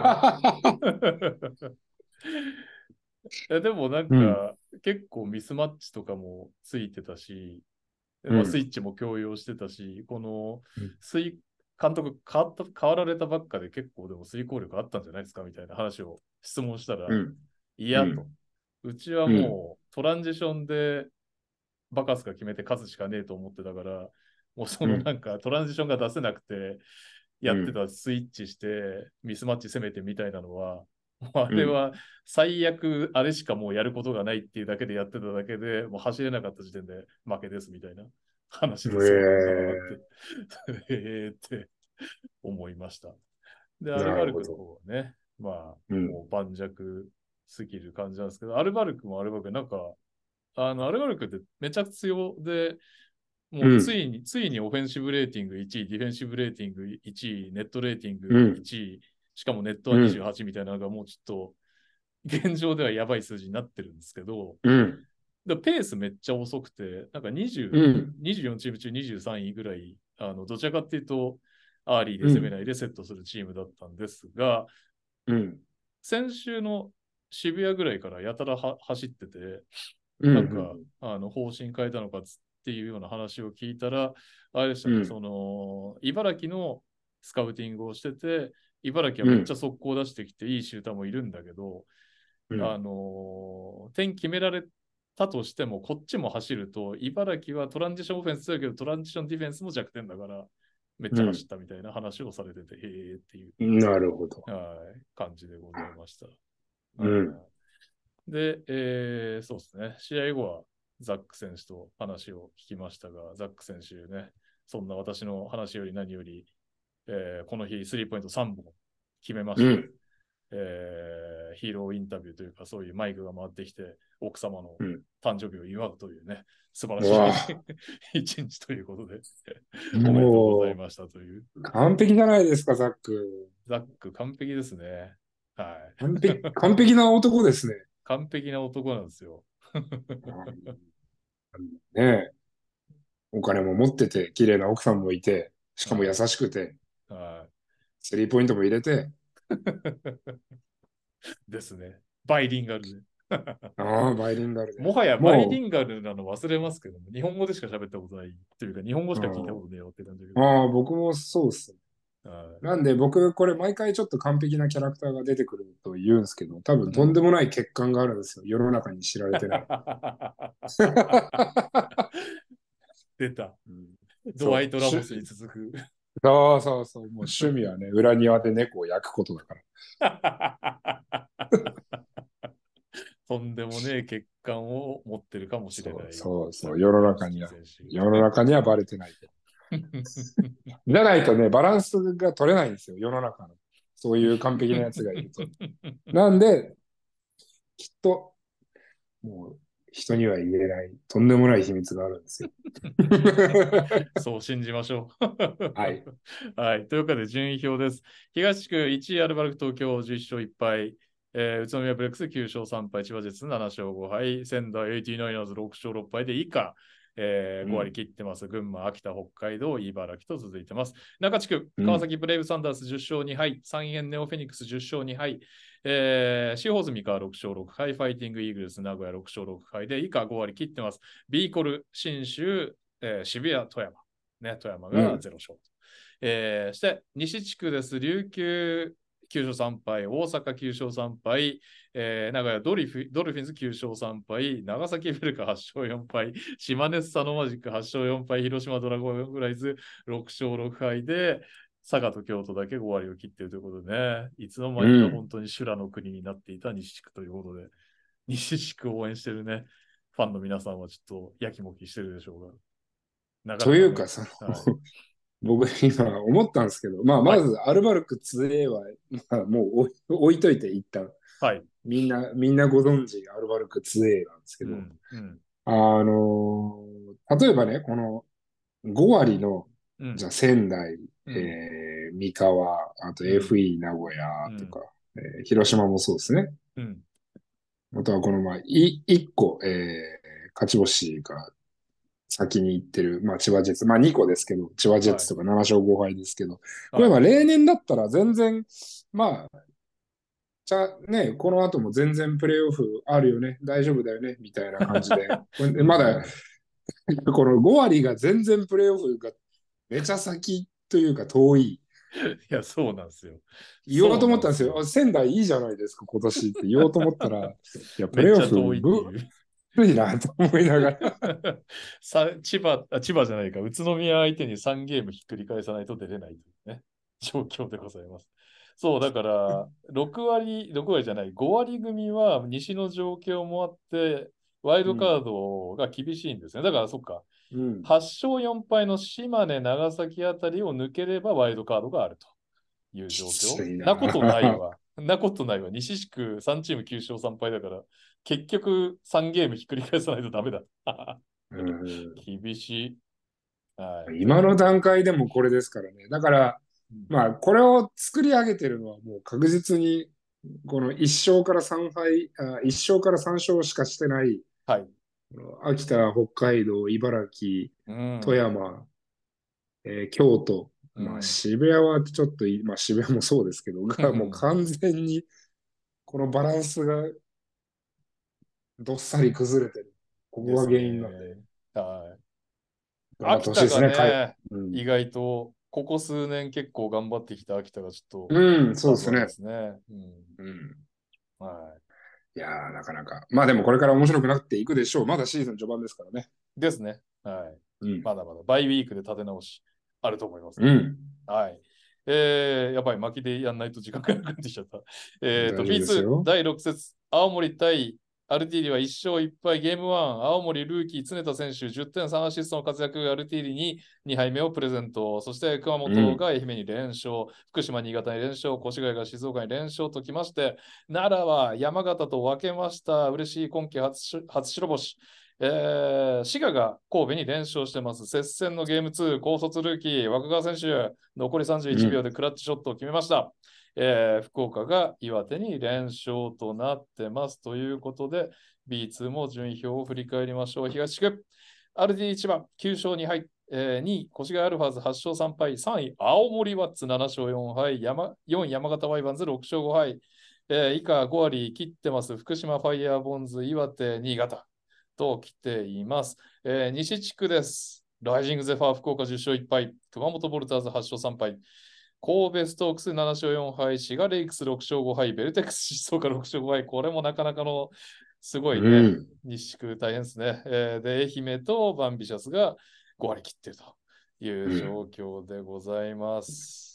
でもなんか、うん、結構ミスマッチとかもついてたし、まあ、スイッチも強要してたし、この水監督変わった変わられたばっかで結構でも遂行力あったんじゃないですかみたいな話を質問したら、うん、いやと、うん、うちはもうトランジションでバカスが決めて勝つしかねえと思ってたから、もうそのなんかトランジションが出せなくてやってたスイッチしてミスマッチ攻めてみたいなのは、あれは最悪あれしかもうやることがないっていうだけでやってただけで、もう走れなかった時点で負けですみたいな話ですよ、えー、えーって思いました。で、アルバルクの方はね、まあ、うん、もう盤石すぎる感じなんですけど、アルバルクもアルバルクなんか、あの、アルバルクってめちゃくちゃ強で、もうついに、うん、ついにオフェンシブレーティングいちい、ディフェンシブレーティングいちい、ネットレーティングいちい、うん、しかもネットはにじゅうはちみたいなのがもうちょっと、現状ではやばい数字になってるんですけど、うん、でペースめっちゃ遅くて、なんかにじゅう、うん、にじゅうよんチーム中にじゅうさんいぐらい、あのどちらかっていうと、アーリーで攻めないでセットするチームだったんですが、うん、先週の渋谷ぐらいからやたらは走ってて、なんか、うんうん、あの方針変えたのかっていうような話を聞いたら、あれでしたね、うん、その、茨城のスカウティングをしてて、茨城はめっちゃ速攻出してきて、いいシューターもいるんだけど、うん、あの、点決められたとしても、こっちも走ると、茨城はトランジションオフェンス強いけど、トランジションディフェンスも弱点だから、めっちゃ走ったみたいな話をされてて、うん、へえっていう。 なるほど。 はい、感じでございました。 うん、 で、えー、そうですね。試合後はザック選手と話を聞きましたが、ザック選手ね、そんな私の話より何より、えー、この日スリーポイントさんぼん決めまして、うん、えー、ヒーローインタビューというか、そういうマイクが回ってきて、奥様の誕生日を祝うというね、素晴らしい一日ということで、おめでとうございましたという。 完璧じゃないですか、ザック。 ザック完璧ですね。はい。 完璧、完璧な男ですね。 完璧な男なんですよ。 ねえ。お金も持ってて、綺麗な奥さんもいて、しかも優はしくて、 い。はスリーポイントも入れて、 い。ですね。バイリンガルで。 ああ、バイリンガルで。 もはやバイリもンガルなの忘れますけども、日本語でしか喋ったことないというか、日本語しう、 か聞いたことねえよって感じだけうん、ああ、僕もそうっす。 ど。はなんで僕、これ毎回ちょっと完璧なキャラクターが出てくると言うんですけど、多分い。うん。 とんでもない欠陥があるんですよ。世の中に知られてない。 出た。 うん、 ドワイト・そう。しゅラモスに続く。 そうそうそう。もう趣味はね、裏庭で猫を焼くことだから。 とんでもねえ欠陥を持ってるかもしれそうない。 そうそう。 ザック・世のケルス中には、 キー選手。 世の中にはバレてないと。じゃないとね、バランスが取れないんですよ。世の中の。そういう完璧なやつがいると。なんで、きっと、もう、人には言えない、とんでもない秘密があるんですよ。 そう信じましょはい。 う。はい。というわけで順位表です。東地区いちいアルバルク東京じゅっ勝いっ敗。えー宇都宮ブレックスきゅう勝さん敗、千葉ジェッツなな勝ご敗、仙台エイティナイナーズろく勝ろく敗で以下、えー、ご割切ってます。群馬、秋田、北海道、茨城と続いてます。中地区、川崎ブレイブサンダースじゅっ勝に敗、三円ネオフェニックスじゅっ勝に敗、えー、シーホーズ三河ろく勝ろく敗、ファイティングイーグルス名古屋ろく勝ろく敗で以下ご割切ってます。ビーコル、新州、えー、渋谷、富山。ね、富山がゼロ勝。うん、えー、して、西地区です。琉球きゅう勝さん敗、大阪きゅう勝さん敗、えー、名古屋ドリフドルフィンズきゅう勝さん敗、長崎ベルカはち勝よん敗、島根スサノマジックはち勝よん敗、広島ドラゴンフライズろく勝ろく敗で、佐賀と京都だけご割を切っているということでね、いつの間にか本当に修羅の国になっていた西地区ということで、西地区を応援してるね、ファンの皆さんはちょっとやきもきしてるでしょうが。なかなかね。 というか、その、 はい、 僕今思ったんですけど、まあ、 はい、 まずアルバルク ツーエー は、まあ、もう置い置いといて一旦。 はい。 みんな、みんなご存知アルバルク ツーエー なんですけど、 うん、うん、 あのー例えばね、このご割の、 うん、 じゃあ仙台、 うん、 えー、三河、あとうん、 エフイー 名古屋うん、 とか、えー広島もそうですね。 うん。 あとはこの、まあ、い、一個、えー、勝ち星が先に行ってる、まあ、千葉ジェッツ、まあ、にこですけど、千葉ジェッはい、 ツとかなな勝ご敗ですけど、こはい。 れは例年だったら全然、まあ、じゃあね、この後も全然プレイオフあるよね、大丈夫だよね、みたいな感じで、 うん、 まだ、このご割が全然プレイオフがめちゃ先というか遠い。 いや、そうなんですよ。 言おうとそう思ったんですよ。 なんですよ。 仙台いいじゃないですか、今年って言おうと思ったら、いや、プめっレイオちゃ遠いってフむいう。 ずいなと思いながら。 さ千葉あ、千葉じゃないか、宇都宮相手にさんゲームひっくり返さないと出れないというね、状況でございます。そう、だから、ろく割、ろく割じゃない、ご割組は西の状況もあって、ワイルドカうん。 ードが厳しいんですね。だから、そっか、 うん。 はち勝よん敗の島根、長崎あたりを抜ければワイルドカードがあるというき状況。 ついなことないな。 わ。なことないわ。西地区さんチームきゅう勝さん敗だから、結局さんゲームひっくり返さないとダメだ。 うん、 厳しい。はい。という今のことで。 段階でもこれですからね。だから、 うん、 まあ、これを作り上げてるのはもう確実に、このいっ勝からさん敗、あいっ勝からさん勝しかしてない、 はい。 秋田、北海道、茨城、 う富ん。 山、えー京都、まあ、 うん。 渋谷はちょっとい、まあ、渋谷もそうですけど、がもう完全にこのバランスがどっさり崩れてる。ここがです原因なんで、 ね。はい。 頑張って秋田がほしいですね。かい、 ね、 うん。 意外と、ここ数年結構頑張ってきた秋田がちょっとうん、そうですね。 不安ですね。うん。 うん。 はい。 いやー、なかなか。まあでもこれから面白くなっていくでしょう。まだシーズン序盤ですからね。 ですね。はい。 うん。 まだまだ、バイウィークで立て直し、あると思いますね。 うん。 はい。えー、やばい、巻きでやんないと時間がなくなってきちゃった。えっと、 大丈夫ですビーツーよ。 だいろく節、青森対アルティーリはいち勝いっ敗、ゲームワン、青森ルーキー、常田選手、じゅってんさんアシストの活躍、アルティーリにに敗目をプレゼント。そして熊うん。 本が愛媛に連勝、福島、新潟に連勝、越谷が静岡に連勝ときまして、奈良は山形と分けました。嬉しい今季初初白星。 えー、滋賀が神戸に連勝してます。接戦のゲームツー、高卒ルーキー、若川選手、残りさんじゅういちびょうでクラッチショットを決めました。うん、えー、福岡が岩手に連勝となってます。ということで、ビーツー も順位表を振り返りましょう。東地区、アールディーいち 番、きゅう勝に敗、えー、にい、越谷アルファーズはち勝さん敗、さんい、青森ワッツなな勝よん敗、山よんい、山形ワイバンズろく勝ご敗、えー、以下ご割切ってます。福島ファイヤーボンズ、岩手、新潟と来ています。えー、西地区です。ライジングゼファー福岡じゅっ勝いっ敗、熊本ボルターズはち勝さん敗、神戸ストークスなな勝よん敗、滋賀レイクスろく勝ご敗、ベルテックス静岡ろく勝ご敗、これもなかなかのすごいね、うん、西地区大変ですね。えー、で、愛媛とバンビシャスがご割切っているという状況でございます。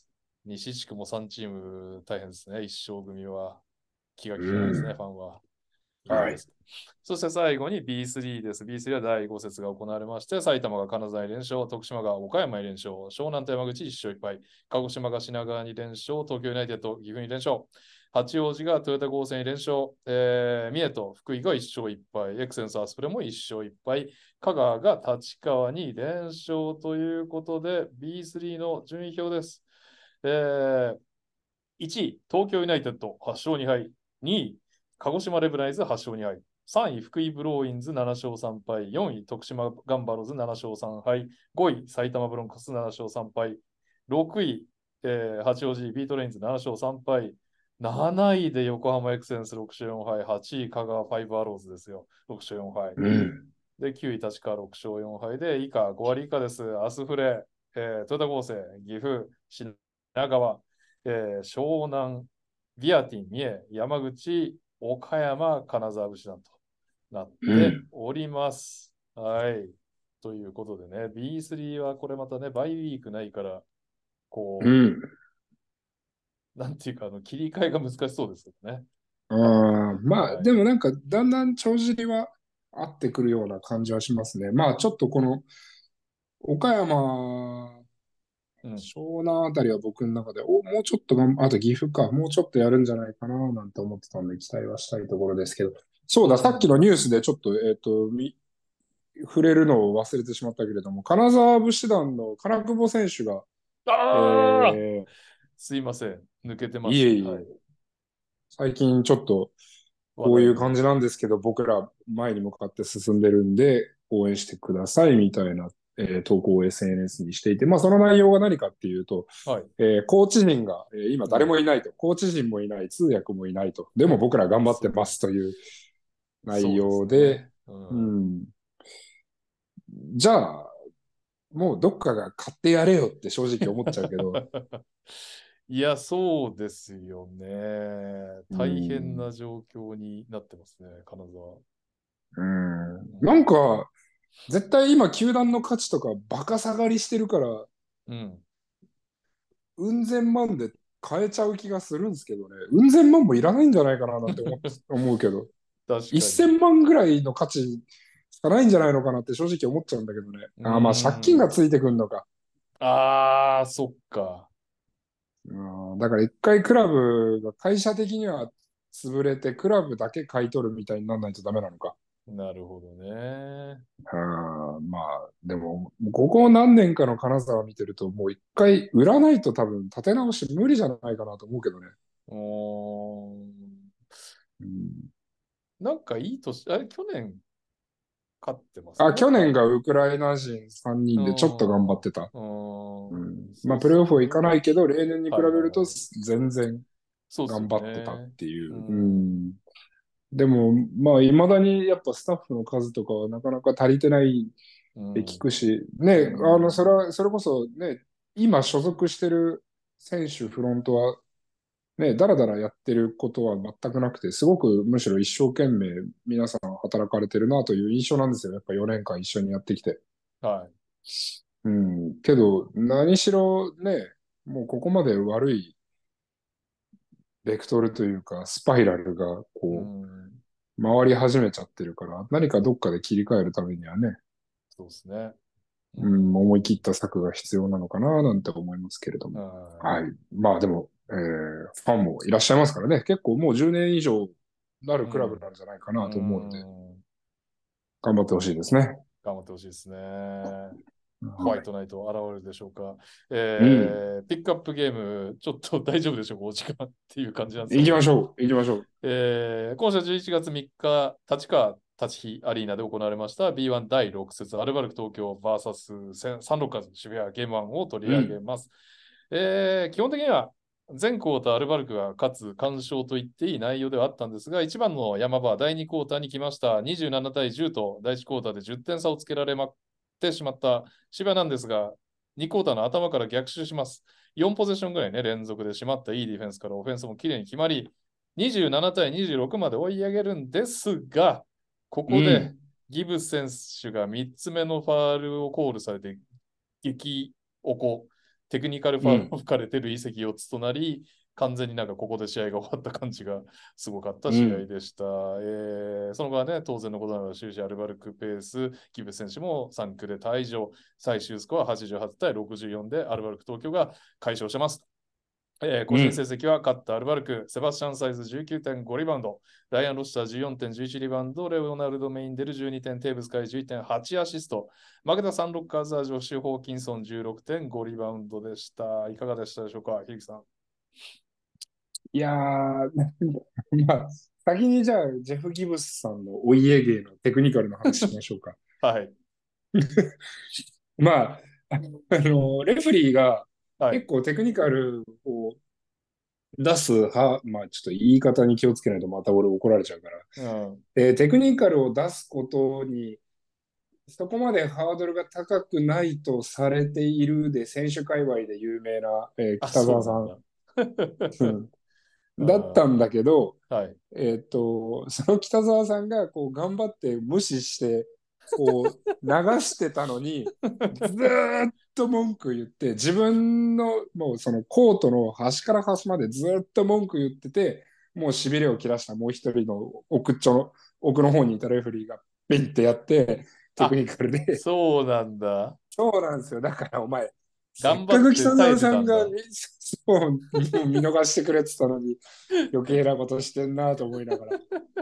うん、西地区もさんチーム大変ですね。いち勝組は気が気じゃないですね、うん、ファンは。はい。そして最後に ビースリー です。ビースリー はだいご節が行われまして、埼玉が金沢に連勝、徳島が岡山に連勝、湘南と山口いち勝いっ敗、鹿児島が品川に連勝、東京ユナイテッド、岐阜に連勝、八王子がトヨタ合成に連勝、えー、三重と福井がいち勝いっ敗、エクセンスアスプレもいち勝いっ敗、香川が立川に連勝ということで、ビースリー の順位表です。えー、いちい、東京ユナイテッドはち勝に敗、にい、鹿児島レブライズはち勝に敗、さんい、福井ブローインズなな勝さん敗、よんい、徳島ガンバローズなな勝さん敗、ごい、埼玉ブロンコスなな勝さん敗、ろくい、えー、八王子ビートレインズなな勝さん敗、なないで横浜エクセンスろく勝よん敗、はちい、香川ファイブアローズですよ、ろく勝よん敗。うん、で、きゅうい、立川ろく勝よん敗で、以下ご割以下です。アスフレ、えー、トヨタ合成、岐阜、品川、えー、湘南、ビアティン、三重、山口、岡山、金沢武士団となっております。うん、はい。ということでね、ビースリー はこれまたね、バイウィークないから、こう、うん、なんていうか、あの切り替えが難しそうですけどね。 あまあ、はい、でもなんか、だんだん帳尻は合ってくるような感じはしますね。まあ、ちょっとこの、岡山、湘南あたりは僕の中で、お、もうちょっとがん、あと岐阜か、もうちょっとやるんじゃないかな、なんて思ってたんで、期待はしたいところですけど。そうだ、さっきのニュースでちょっと、えっと、み、触れるのを忘れてしまったけれども、金沢武士団の金久保選手が、 あえー、すいません、抜けてました。 いえいえ、はい、最近ちょっと、こういう感じなんですけど、僕ら前に向かって進んでるんで、応援してくださいみたいな、えー、投稿を エスエヌエス にしていて、まあその内容が何かっていうと、はい、えー、コーチ陣が、えー、今誰もいないと、うん、コーチ陣もいない、通訳もいないと、でも僕ら頑張ってますという内容で、ねうんうん、じゃあ、もうどっかが買ってやれよって正直思っちゃうけど。 いや、そうですよね。大変な状況になってますね、金沢。 うん。なんか、絶対今、球団の価値とかバカ下がりしてるから、うん。うん千万で買えちゃう気がするんですけどね。うん千万もいらないんじゃないかななんて思思うけど。確かに。せんまんぐらいの価値しかないんじゃないのかなって正直思っちゃうんだけどね。あまあ借金がついてくんのか。 ああ、そっか。 うんだから一回クラブが会社的には潰れてクラブだけ買い取るみたいにならないとダメなのか。 なるほどね。 あまあ、でも、ここ何年かの金沢を見てると、もう一回売らないと多分立て直し無理じゃないかなと思うけどね。 おうん、なんかいい年、あれ、去年勝ってますね。 あ、去年がウクライナ人さんにんでちょっと頑張ってた。うん、まあ、プレーオフはいかないけど、例年に比べると全然頑張ってたっていう。うん、でも、まあ、いまだにやっぱスタッフの数とかはなかなか足りてないって聞くし、ね、あの、それは、それこそね、今所属してる選手、フロントは、ね、だらだらやってることは全くなくて、すごくむしろ一生懸命皆さん働かれてるなという印象なんですよ。やっぱよねんかん一緒にやってきて。はい。うん。けど、何しろね、もうここまで悪いベクトルというか、スパイラルがこう、回り始めちゃってるから、何かどっかで切り替えるためにはね、 そうですね。 うん、思い切った策が必要なのかななんて思いますけれども。はい。まあでも、えー、ファンもいらっしゃいますからね。結構もうじゅうねん以上なるクラブなんじゃないかなと思うので。 頑張ってほしいですね。 頑張ってほしいですね。ホワはい。 イトナイト現れるでしょうか。 うん。 えー、ピックアップゲーム、ちょっと大丈夫でしょうか、お時間っていう感じなんですけ行きまど、 しょう。行きましょう。 えー、今週じゅういちがつみっか、立川立飛アリーナで行われました ビーワン だいろく節アルバルク東京 ブイエス サンロッカーズ渋谷ゲームワンを取り上げうん。 ます。えー、基本的には全クォーターアルバルクが勝つ完勝と言っていい内容ではあったんですが、いちばんの山場だいにクォーターに来ました。にじゅうななたいじゅうとだいいちクォーターでじゅってん差をつけられまってしまった芝なんですが、にクォーターの頭から逆襲します。よんポゼッションぐらいね、連続でしまったいいディフェンスからオフェンスもきれいに決まり、にじゅうななたいにじゅうろくまで追い上げるんですが、ここでうん。 ギブス選手がみっつめのファールをコールされて、激おこ、テクニカルファールうん。 を吹かれてる移籍よっつとなり、完全になんかここで試合が終わった感じがすごかった試合うん。 でした。えー、その後はね、当然のことながら終始アルバルクペース、ギブス選手もさん区で退場、最終スコアはちじゅうはちたいろくじゅうよんでアルバルク東京が快勝します。えー個人成うん。 績は勝ったアルバルク、セバスチャンサイズじゅうきゅうてんごリバウンド、ライアン・ロシターじゅうよんてんじゅういちリバウンド、レオナルド・メインデルじゅうにてん、テーブス海じゅういってんはちアシスト、負けたサンロッカーズはジョシュ・ホーキンソンじゅうろくてんごリバウンドでした。いかがでしたでしょうか、ひるきさん。 いやー、まあ、先にじゃあ、ジェフ・ギブスさんのお家芸のテクニカルの話しましょうか。 はい。 まあ、あの、レフェリーがはい。 結構テクニカルを出すは、まあちょっと言い方に気をつけないとまた俺怒られちゃうから。 うん。 えーテクニカルを出すことに、そこまでハードルが高くないとされているで、選手界隈で有名な、えーあ、 北澤さん、 そうなんだ。 うんだったあんだけど、 はい。 えーっと、その北澤さんがこう頑張って無視して、こう流してたのに、ずーっと文句言って、自分のもうそのコートの端から端までずーっと文句言ってて、もう痺れを切らしたもう一人の奥っちょの、奥の方にいたレフェリーがピンってやって、テクあ、 ニカルで、 そうなんだ。 そうなんですよ。だからお前、せっ頑張っかく北て耐え澤さんがてたんだ。 そう、もう見逃してくれてたのに、余計なことしてんなと思いながら。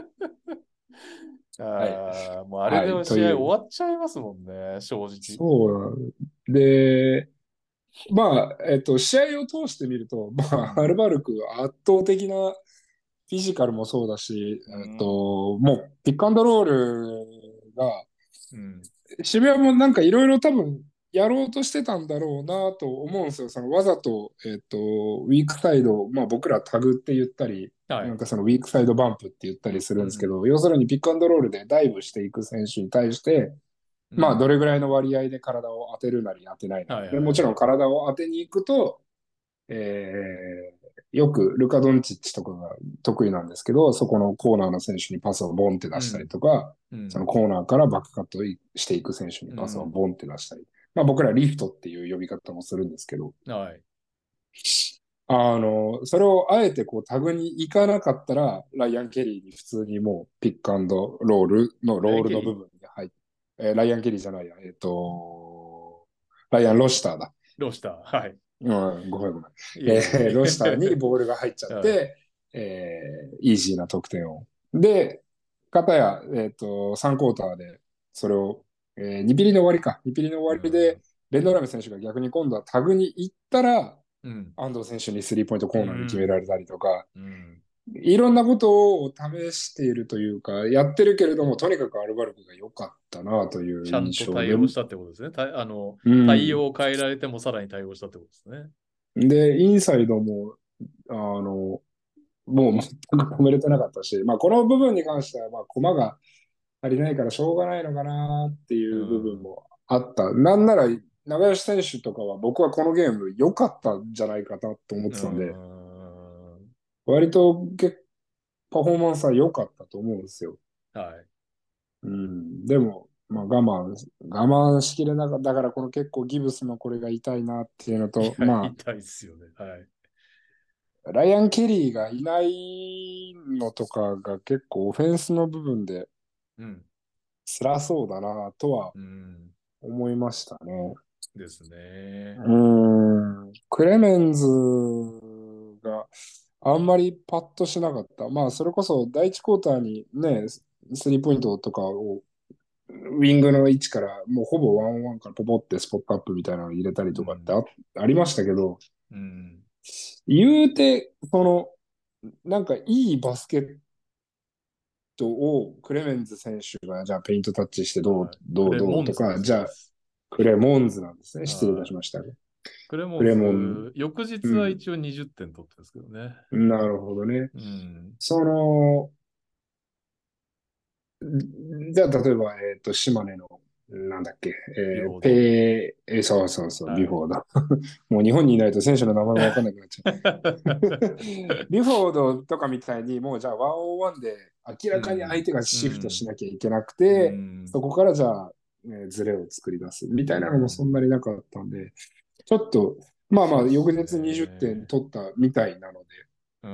はい。 ああ、もうあれはい。 でという。 試合終わっちゃいますもんね、正直。 そうで、まあ、えっと、試合を通してみると、まあ、アうん。 ルバルクは圧倒的なフィジカルもそうだし、えっうん。 と、もうピックアンドロールが、 うん。 渋谷もなんかいろいろ多分やろうとしてたんだろうなと思うんですよ。そのわざと、えっと、ウィークサイド、まあ僕らタグって言ったり、 はい。 なんかそのウィークサイドバンプって言ったりするうん。 んですけど、要するにピックアンドロールでダイブしていく選手に対して、まあ、どうん。 れぐらいの割合で体を当てるなり当てないなり。 はいでもちろんはいはい。 体を当てに行くと、えーよくルカ・ドンチッチとかが得意なんですけど、そこのコーナーの選手にパスをボンって出したりうん。 とか、 うん。 そのコーナーからバックカットしていく選手にパスをうん。 ボンって出したり。まあ僕らリフトっていう呼び方もするんですけど、 はい。 あの、それをあえてこうタグに行かなかったら、ライアン・ケリーに普通にもうピックアンドロールのライロールの部アンケリー分に入って、えーライアン・ケリーじゃないや、えっ、と、ライアン・ロシターだ。 ロースター。はい。 うん、ごめんごめん。 いえいえーロシターにえ。 ボールが入っちゃっはい。 て、えーイージーな得点を。で、かたや、えっ、と、さんクォーターで、それを、えー、にピリの終わりか。にピリの終わりで、 うん。 レンドラム選手が逆に今度はタグに行ったら、 うん。 安藤選手にスリーポイントコうーナーに決めらん。 れたりとか、 うん。 いろんなことを試しているというか、やってるけれども、とにかくアルバルクが良かったなというちゃんと印象で、 対応したってことですね。たあの、 うん。 対応を変えられてもさらに対応したってことですね。 で、インサイドも、あの、もう全く止めれてなかったし、まあ、この部分に関しては、まあ、駒が足りないからしょうがないのかなってういう部分ん。 もあった。なんなら、長吉選手とかは僕はこのゲーム良かったんじゃないかなと思っうてたんで、 ん。 割と結パフォーマンスは良かったと思うんですよ。 はい。 うん、でも、まあ、我慢、我慢しきれなかった。だからこの結構ギブスのこれが痛いなっていうのと、 いや、 ま痛いっすよね。はい。 あ、ライアン・ケリーがいないのとかが結構オフェンスの部分でうん。 辛そうだなとはうん。 思いましたね。 ですね。 うん、クレメンズがあんまりパッとしなかった。まあ、それこそ第一クォーターにね、スリーポイントとかをウィングの位置からもうほぼワンオンワンからポポってスポットアップみたいなのを入れたりとかってあ、ありましたけど、 うん。 言うて、その、なんかいいバスケットをクレメンズ選手がじゃあペイントタッチしてどう、 はい。クどうレモンズだどうとか、じゃあそうです。 クレモンズなんですね。失礼いたはい。 しました。 クレモンクレモン、 ズ、翌日はうん。 一応にじゅってん取ってるんですけどね。 なるほどね。 うん。 その、じゃあ例えば、えっと、島根の、なんだっけ、えー、 ビュフォード。 ペー、えーそうそうそう、ビュはい。 フォード。もう日本にいないと選手の名前もわかんなくなっちゃう。ビュフォードとかみたいに、もうじゃあワンオンワンで明らかにうん。 相手がうシフトしん。 なきゃいけなくうて、 ん。 そこからじゃあ、ね、ズレを作り出すみたいなのもそんなになかったんで、ちょっと、まあまあ、 そうっす翌日にじゅってんね。 取ったみたいなので、 うん。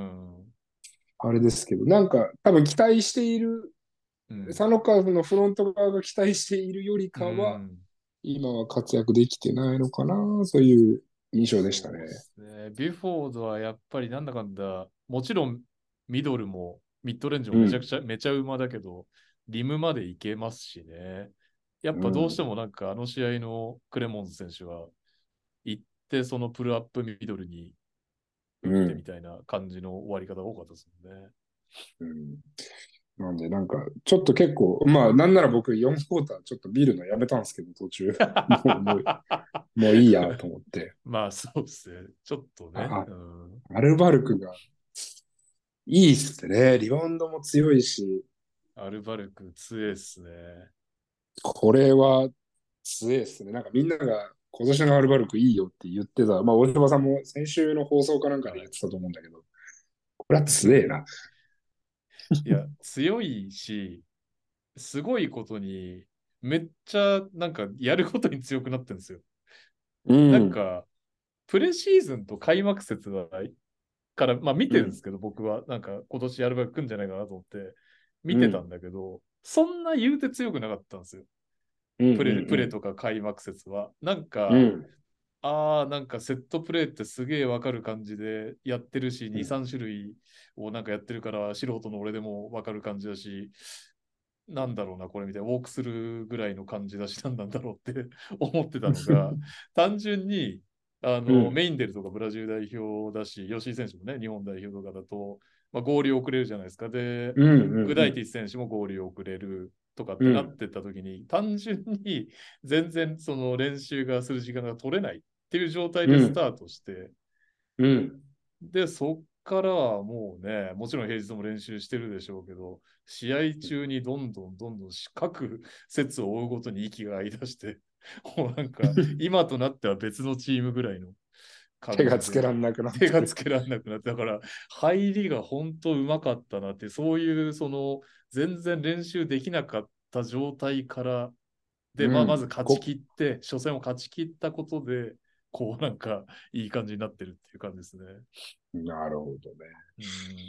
あれですけど、なんか多分期待している、 うん。 サノカーのフロント側が期待しているよりうかは、 ん。 今は活躍できてないのかな、そういう印象でしたね。 そうですね。ビュフォードはやっぱりなんだかんだ、もちろんミドルもミッドレンジもうん、 めちゃくちゃ、めちゃうまだけど、リムまでいけますしね。やっぱどうしてうん、 もなんかあの試合のクレモンズ選手は行ってそのプルアップミドルに打っうん、 てみたいな感じの終わり方が多かったですもんね。 うん。なんで、なんか、ちょっと結構、まあ、なんなら僕、よんクォーターちょっと見るのやめたんですけど、途中。もう、もう、もういいやと思って。 まあそうですね。ちょっとね。 あ、 うん、 アルバルクがいいっすね。リバウンドも強いし、 アルバルク強いっすね。 これは強いっすね。なんかみんなが今年のアルバルクいいよって言ってた。まあ、大島さんも先週の放送かなんかではい。 言ってたと思うんだけど、これは強えな。 いや、強いし、すごいことに、めっちゃなんかやることに強くなってるんですよ。 うん、 なんか、プレシーズンと開幕節はから、まあ見うん、 てるんですけど、僕はなんか今年やるばくんじゃないかなと思って見うん、 てたんだけど、そんな言うて強くなかったんですよ。 うん、うプレ、プレん、 とか開幕節は。なんうん、うか、 ん、 ああ、なんかセットプレーってすげえわかる感じでやってるし、に、 うん。 さん種類をなんかやってるから、素人の俺でもわかる感じだし、なんだろうな、これみたいな、ウォークするぐらいの感じだし、なんなんだろうって思ってたのが、単純に、あの、 うん、 メインデルとかブラジル代表だし、吉井選手もね、日本代表とかだと、まあ、合流遅れるじゃないですか。で、 うん、 グダイうん、 ティス選手も合流遅れるとかっうん、 てなってった時に、単純に全然その練習がする時間が取れないっていう状態うん、 でスタートして、 うん、 で、そっからはもうね、もちろん平日も練習してるでしょうけど、試合中にどんどんどんどん各節を追うごとに息が合い出して、もうなんか今となっては別のチームぐらいの手感じでがつけらんなくなってる。 手がつけられなくなって、だから入りが本当うまかったなって、そういうその全然練習できなかった状態からで、まあ、まずうん。 勝ち切こ、 って、初戦を勝ち切ったことで、こうなんかいい感じになってるっていう感じですね。 なるほどね。 うん。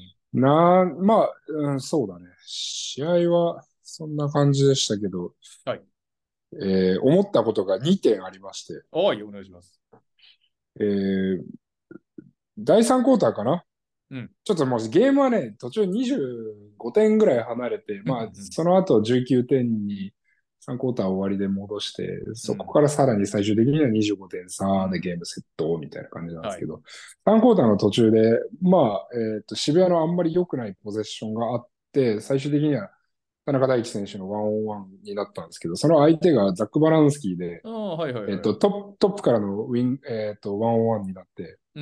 な、まあ、うん、そうだね。試合はそんな感じでしたけど、 はい。 えー思ったことがにてんありまして、 はい、お願いします。 えーだいさんクォーターかな。 うん。 ちょっともうゲームはね、途中にじゅうごてんぐらい離れて、 うん。うまあ、 ん。 その後じゅうきゅうてんにさんクォーター終わりで戻して、そこうん。 からさらに最終的にはにじゅうごてん差でうん。 ゲームセットみたいな感じなんですはい。 けど、さんクォーターの途中で、まあ、えっと、渋谷のあんまり良くないポゼッションがあって、最終的には田中大輝選手のワンオンワンになったんですけど、その相手がザック・バランスキーで、 ああ、はいはいえっと、 はい。 トップ、トップからのウィン、えっと、ワンオンワンになって、 うん。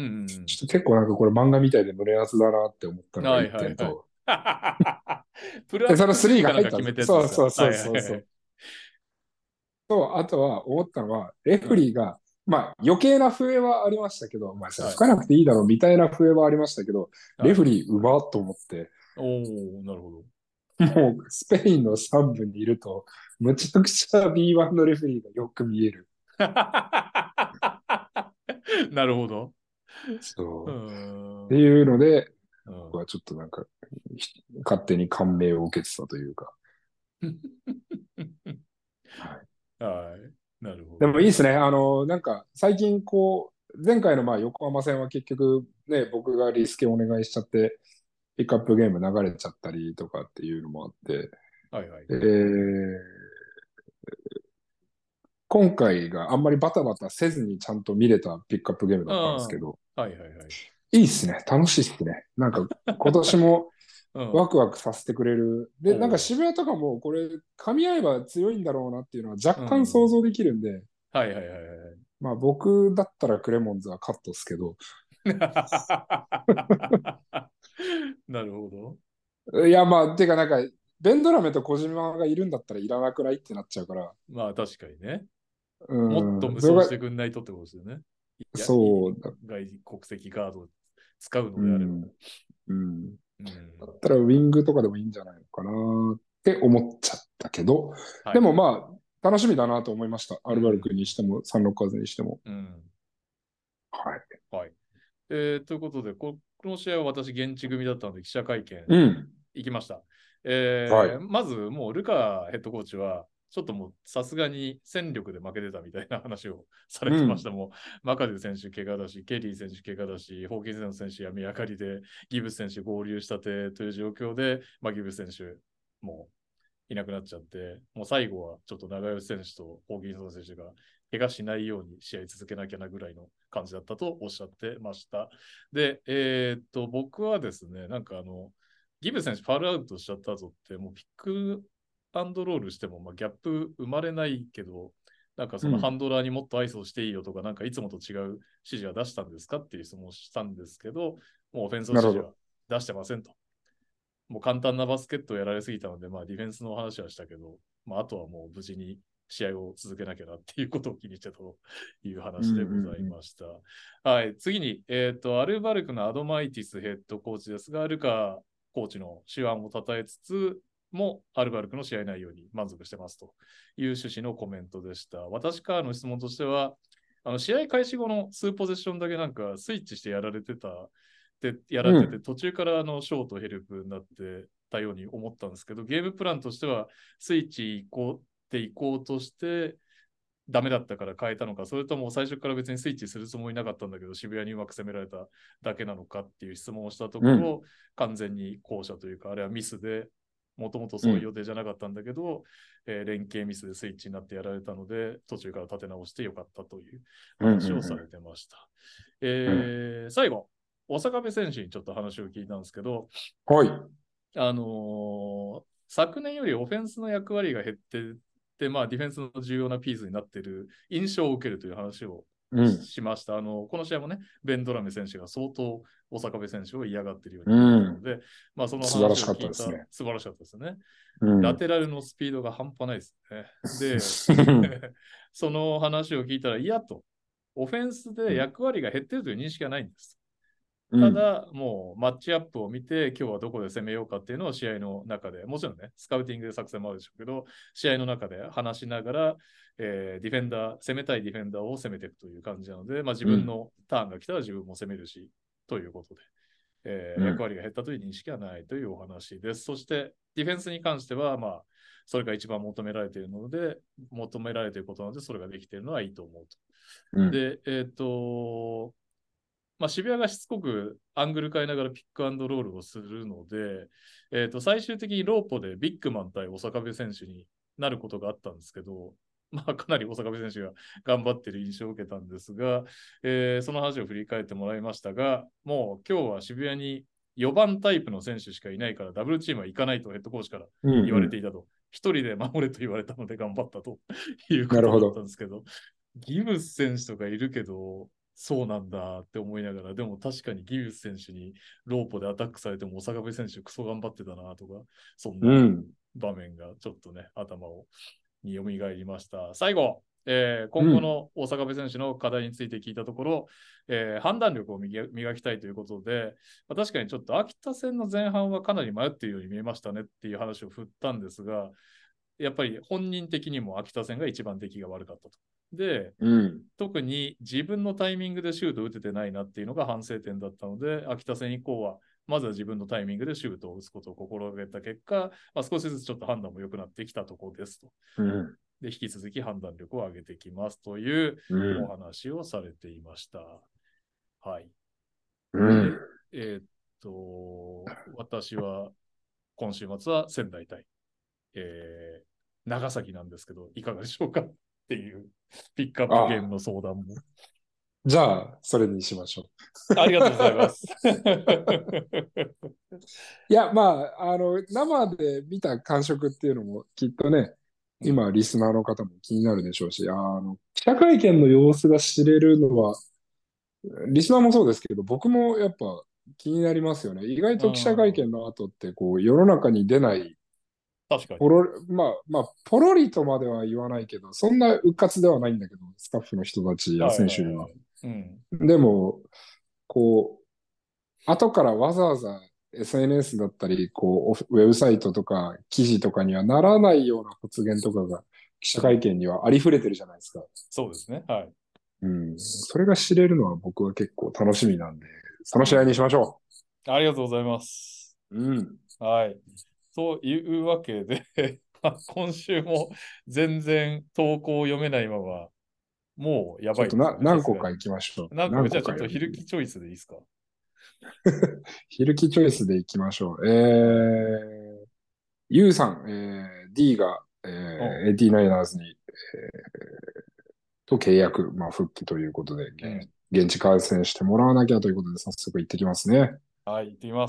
ちょっと結構なんかこれ漫画みたいで胸熱だなって思ったうん。はのが1 いはいはい。 点と、 プルアで、そのップスリスリーーかなんか決が入ったんですよ。 めたやつですか？ そうそうそうはいはいそうそう。 はい。 と、あとは思ったのは、レフはい。 リーが、まあ余計な笛はありましたけど、まあそれはい。 吹かなくていいだろうみたいな笛はありましたけど、レはい。 フリーうまっと思って、 おお、なるほど。 もうスペインのさん部にいると、むちゃくちゃ ビーワン のレフリーがよく見える。 なるほど。うそう。ってーん。 いうので、 うん。 僕はちょっとなんか、勝手に感銘を受けてたというか。はい。 はい。なるほどね。 でもいいですね。あの、なんか、最近こう、前回のまあ横浜戦は結局ね、僕がリスケお願いしちゃって、ピックアップゲーム流れちゃったりとかっていうのもあって、 はいはい。 えー今回があんまりバタバタせずにちゃんと見れたピックアップゲームだったんですけど、 はいはいはい。 いいっすね。楽しいっすね。なんか今年もうん。 ワクワクさせてくれる。で、なんかおう。 渋谷とかもこれ噛み合えば強いんだろうなっていうのは若う干想ん。 像できるんで、 はいはいはいはい。 まあ僕だったらクレモンズはカットっすけど、 なるほど。 いやまあ、てかなんか、ベンドラメと小島がいるんだったらいらなくないってなっちゃうから、 まあ確かにね。もっとうん、 無双してそれが、 くんないとってことですよね。いや、いいそうだ、 外国籍ガードを使うのであれば。 うん、うん。 うん。 だったらウィングとかでもいいんじゃないのかなって思っちゃったけど、ではい。 もまあ、楽しみだなと思いました。アルバルクうん。 にしても、サンロッカーズにしても。 うん。 はい。 はい。えーということで、ここの試合は私、現地組だったので、記者会見うん。 行きました。 はい。 えーまず、もうルカヘッドコーチは、ちょっともうさすがに戦力で負けてたみたいな話をされうん。 てました。もう、マカデュ選手怪我だし、ケリー選手怪我だし、ホーキンソン選手病み上がりで、ギブス選手合流したてという状況で、まあ、ギブス選手もいなくなっちゃって、もう最後はちょっと長吉選手とホーキンソン選手が怪我しないように試合続けなきゃなぐらいの感じだったとおっしゃってました。で、えーっと、僕はですね、なんかあの、ギブ選手ファウルアウトしちゃった後って、もうピックアンドロールしても、まあ、ギャップ生まれないけど、なんかそのハうん。 ンドラーにもっとアイスをしていいよとか、なんかいつもと違う指示は出したんですかっていう質問をしたんですけど、もうオフェンスの指示はなるほど。 出してませんと。もう簡単なバスケットをやられすぎたので、まあディフェンスの話はしたけど、まああとはもう無事に試合を続けなきゃなっていうことを気にしてといううんう話でございんうん。 ました。はい、次に、えっ、と、アルバルクのアドマイティスヘッドコーチですが、ルカコーチの手腕を称えつつも、アルバルクの試合内容に満足してますという趣旨のコメントでした。私からの質問としては、あの試合開始後の数ポゼッションだけなんかスイッチしてやられてたでやられてて、 うん。 途中からあのショートヘルプになってたように思ったんですけど、ゲームプランとしてはスイッチ移行って移行としてダメだったから変えたのか、それとも最初から別にスイッチするつもりなかったんだけど、渋谷にうまく攻められただけなのかっていう質問をしたとうん。 ころ、完全に後者というか、あれはミスで、もともとそういう予うん。 定じゃなかったんだけど、えー連携ミスでスイッチになってやられたので、途中から立て直してよかったといううん。 話をされてました。 うん。 えー最後、大阪部選手にちょっと話を聞いたんですけど、 はい。 あのー昨年よりオフェンスの役割が減ってで、まあ、ディフェンスの重要なピースになっている印象を受けるという話をうん。 しました。あのこの試合もね、ベンドラメ選手が相当大阪部選手を嫌がっているようにう見えたのん。 で、まあ、その話素晴らしかっを聞いた、 たですね。 素晴らしかったですね。 うん。 ラテラルのスピードが半端ないですね。で、その話を聞いたら、いやと、オフェンスで役割が減っているという認識がないんです。 うん。 ただ、もうマッチアップを見て、今日はどこで攻めようかっていうのを試合の中で、もちろんね、スカウティング作戦もあるでしょうけど、試合の中で話しながら、えーディフェンダー、攻めたいディフェンダーを攻めていくという感じなので、まあ、自うん。 分のターンが来たら自分も攻めるし、ということで、えー役うん。 割が減ったという認識はないというお話です。そして、ディフェンスに関しては、まあ、それが一番求められているので、求められていることなので、それができているのはいいと思うと。 うん。 で、えっ、と、まあ、渋谷がしつこくアングル変えながらピックアンドロールをするので、えー、と最終的にローポでビッグマン対大阪部選手になることがあったんですけど、まあ、かなり大阪部選手が頑張っている印象を受けたんですが、えーその話を振り返ってもらいましたが、もう今日は渋谷によばんタイプの選手しかいないからダブルチームは行かないとヘッドコーチからうん。 言うん。 われていたと。一人で守れと言われたので頑張ったということだったんなるほど。 ですけど、ギブス選手とかいるけど、そうなんだって思いながら、でも確かにギブス選手にローポでアタックされても、大阪部選手クソ頑張ってたなとか、そんなうん。 場面がちょっとね、頭をに蘇りました。最後、えー今後うん。 の大阪部選手の課題について聞いたところ、えー判断力を磨磨きたいということで、まあ確かにちょっと秋田戦の前半はかなり迷っているように見えましたねっていう話を振ったんですが、やっぱり本人的にも秋田戦が一番出来が悪かったと。で、 うん。 特に自分のタイミングでシュートを打ててないなっていうのが反省点だったので、秋田戦以降は、まずは自分のタイミングでシュートを打つことを心がけた結果、まあ、少しずつちょっと判断も良くなってきたところですと。 うん。 で、引き続き判断力を上げてきますといううおん。 話をされていました。はい。 うん。 で、えーっと、私は今週末は仙台対、えー長崎なんですけど、いかがでしょうかっていうピックアップゲームの相談も。 じゃあ、それにしましょう。 ありがとうございます。 いや、まあ、あの、生で見た感触っていうのもきっとね、今、リスナーの方も気になるでしょうし、あの、記者会見の様子が知れるのは、リスナーもそうですけど、僕もやっぱ気になりますよね。意外うと記者会ん、 見の後って、こう、世の中に出ない、 確かに。 ポロ、まあ、まあ、ポロリとまでは言わないけど、そんなうっかつではないんだけど、スタッフの人たちやはい選手には。 はいはい。うん。 でも、こう、後からわざわざ エスエヌエス だったり、こう、ウェブサイトとか記事とかにはならないような発言とかが記者会うん。 見にはありふれてるじゃないですか。 そうですね。はい。 うん。それが知れるのは僕は結構楽しみなんで、その試合うん。 にしましょありがとうございます。 う。うん。 はい。というわけで今週も全然投稿を読めないまま、もうやちょっとな、 ばいですね、さ何個かすがに。 行きましょう。 何個か、じゃあちょっと何個か読み、 ひるきチョイスでいいですか？ ヒルキチョイスで行きましょう。 はい。 えー、ユーさん、えー、D が、えうん。 ー、エーティーナイナーズに、と契約、まあ、復帰ということで、 うん。 現地観戦してもらわなきゃということで、早速行ってきますね。 はい、行ってみます。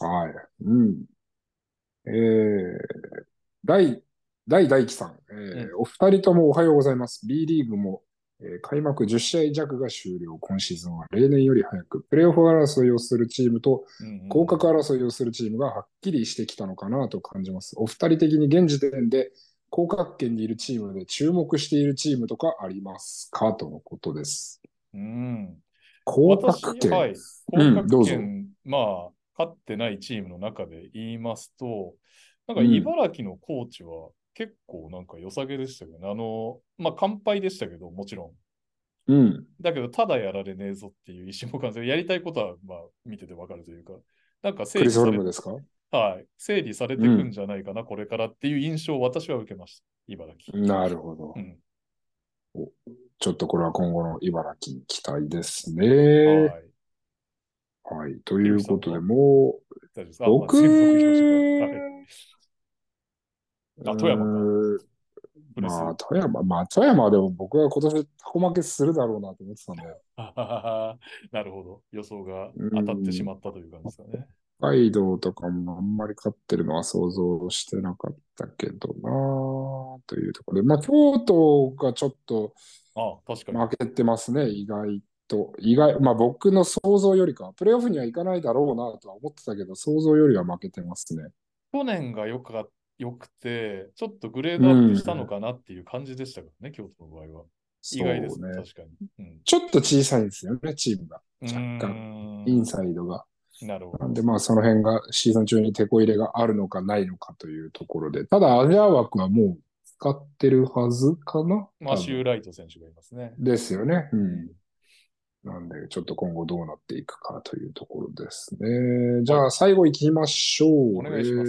はい。うん。えー、大、大大輝さん、えうん。 ーお二人ともおはようございます。B リーグも、えー開幕じゅっしあい弱が終了。今シーズンは例年より早く、プレーオフ争いをするチームと、 うんうん降格争いをするチームがはっきりしてきたのかなと感じます。お二人的に現時点で降格圏にいるチームで注目しているチームとかありますかとのことです。 うん。うん。 降格私、は圏。 い。降うん、 格どうぞ。 圏、まあ、勝ってないチームの中で言いますと、なんかうん、 茨城のコーチは結構なんか良さげでしたけどね。あの、まあ、完敗でしたけど、もちろん。 うん。 だけど、ただやられねえぞっていう意思も感じる。やりたいことは、まあ、見ててわかるというか、なんかクリス・ホ整理され、 ルムですか？ はい、整理されていくんうん。 じゃないかな、これからっていう印象を私は受けました。茨城。 なるほど。 うん。 おちょっとこれは今後の茨城に期待ですね。 はい。 はい。とひいうことで、 るきさんはもう、 大丈夫です。あ、まあ、 僕、 全部行きましょうか。はい。 うあ、富山か。 ーん、 古巣。 まあ、富山、まあ、富山はでも僕は今年タコ負けするだろうなと思ってたんで、 ははははなるほど。予想がう当たってしん、 まったという感じですかね。 北海道とかもあんまり勝ってるのは想像してなかったけどなあというところで、まあ、京都がちょっとあ、確かに。 負けてますね、意外と。意外、まあ僕の想像よりか、プレイオフには行かないだろうなとは思ってたけど、想像よりは負けてますね。 去年がよか、よくて、ちょっとグレーうドアップしたのん、 かなっていう感じでしたからね、京都の場合は。意外ですね、 そうね。 確かに。うん。 ちょっと小さいんですよね、チームが。 うー若干。インん。 サイドが。 なるほど。 なんでまあその辺がシーズン中に手こ入れがあるのかないのかというところで。ただアジア枠はもう使ってるはずかなマシュー・多分。 ライト選手がいますね。 ですよね。うん。 うん。 なんで、ちょっと今後どうなっていくかというところですね。じはい。 ゃあ、最後行きましょう。えお願いします。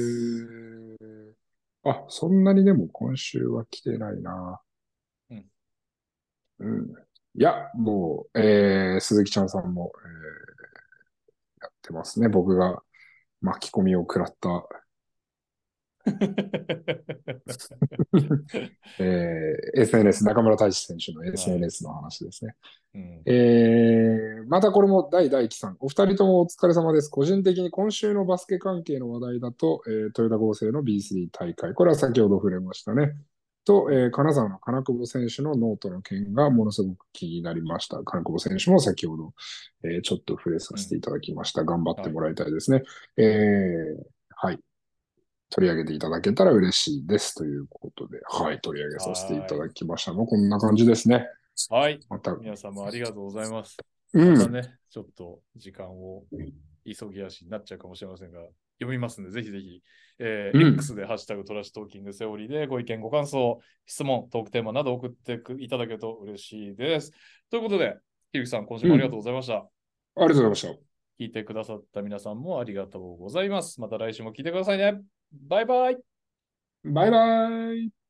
ー、あ、そんなにでも今週は来てないな。 うん。 うん。いや、もう、えー、鈴木ちゃんさんも、えーやってますね。僕が巻き込みを食らったえー、エスエヌエス、中村太地選手のはい。 エスエヌエス の話ですね。 うん。 えー、またこれも大大輝さん。お二人ともお疲れ様です。個人的に今週のバスケ関係の話題だと、えー、トヨタ合成の ビースリー 大会。これは先ほど触れましたね。と、 うん。 えー金沢の金久保選手のノートの件がものすごく気になりました。金久保選手も先ほど、えーちょっと触れさうん。 せていただきました。頑張ってはい。 もらいたいですね。えーはい。取り上げていただけたら嬉しいですということで、はい、取り上げさせていただはい。 きましたの。こんな感じですね。 はい。 また、 皆様ありがとうございます。 うん、 またね、ちょっと時間を急ぎ足になっちゃうかもしれませんが、読みますので、ぜひぜひ、えーうん、 X でハッシュタグトラッシュトーキングセオリーでご意見、ご感想、質問、トークテーマなど送っていただけると嬉しいです。ということで、ひるきさん、今週もありがとううん。 ございました。 ありがとうございまし聞いてくださった皆さんもありがとうございます。また来週も聞いてくださいね。バイバイ。 た。バイバイ。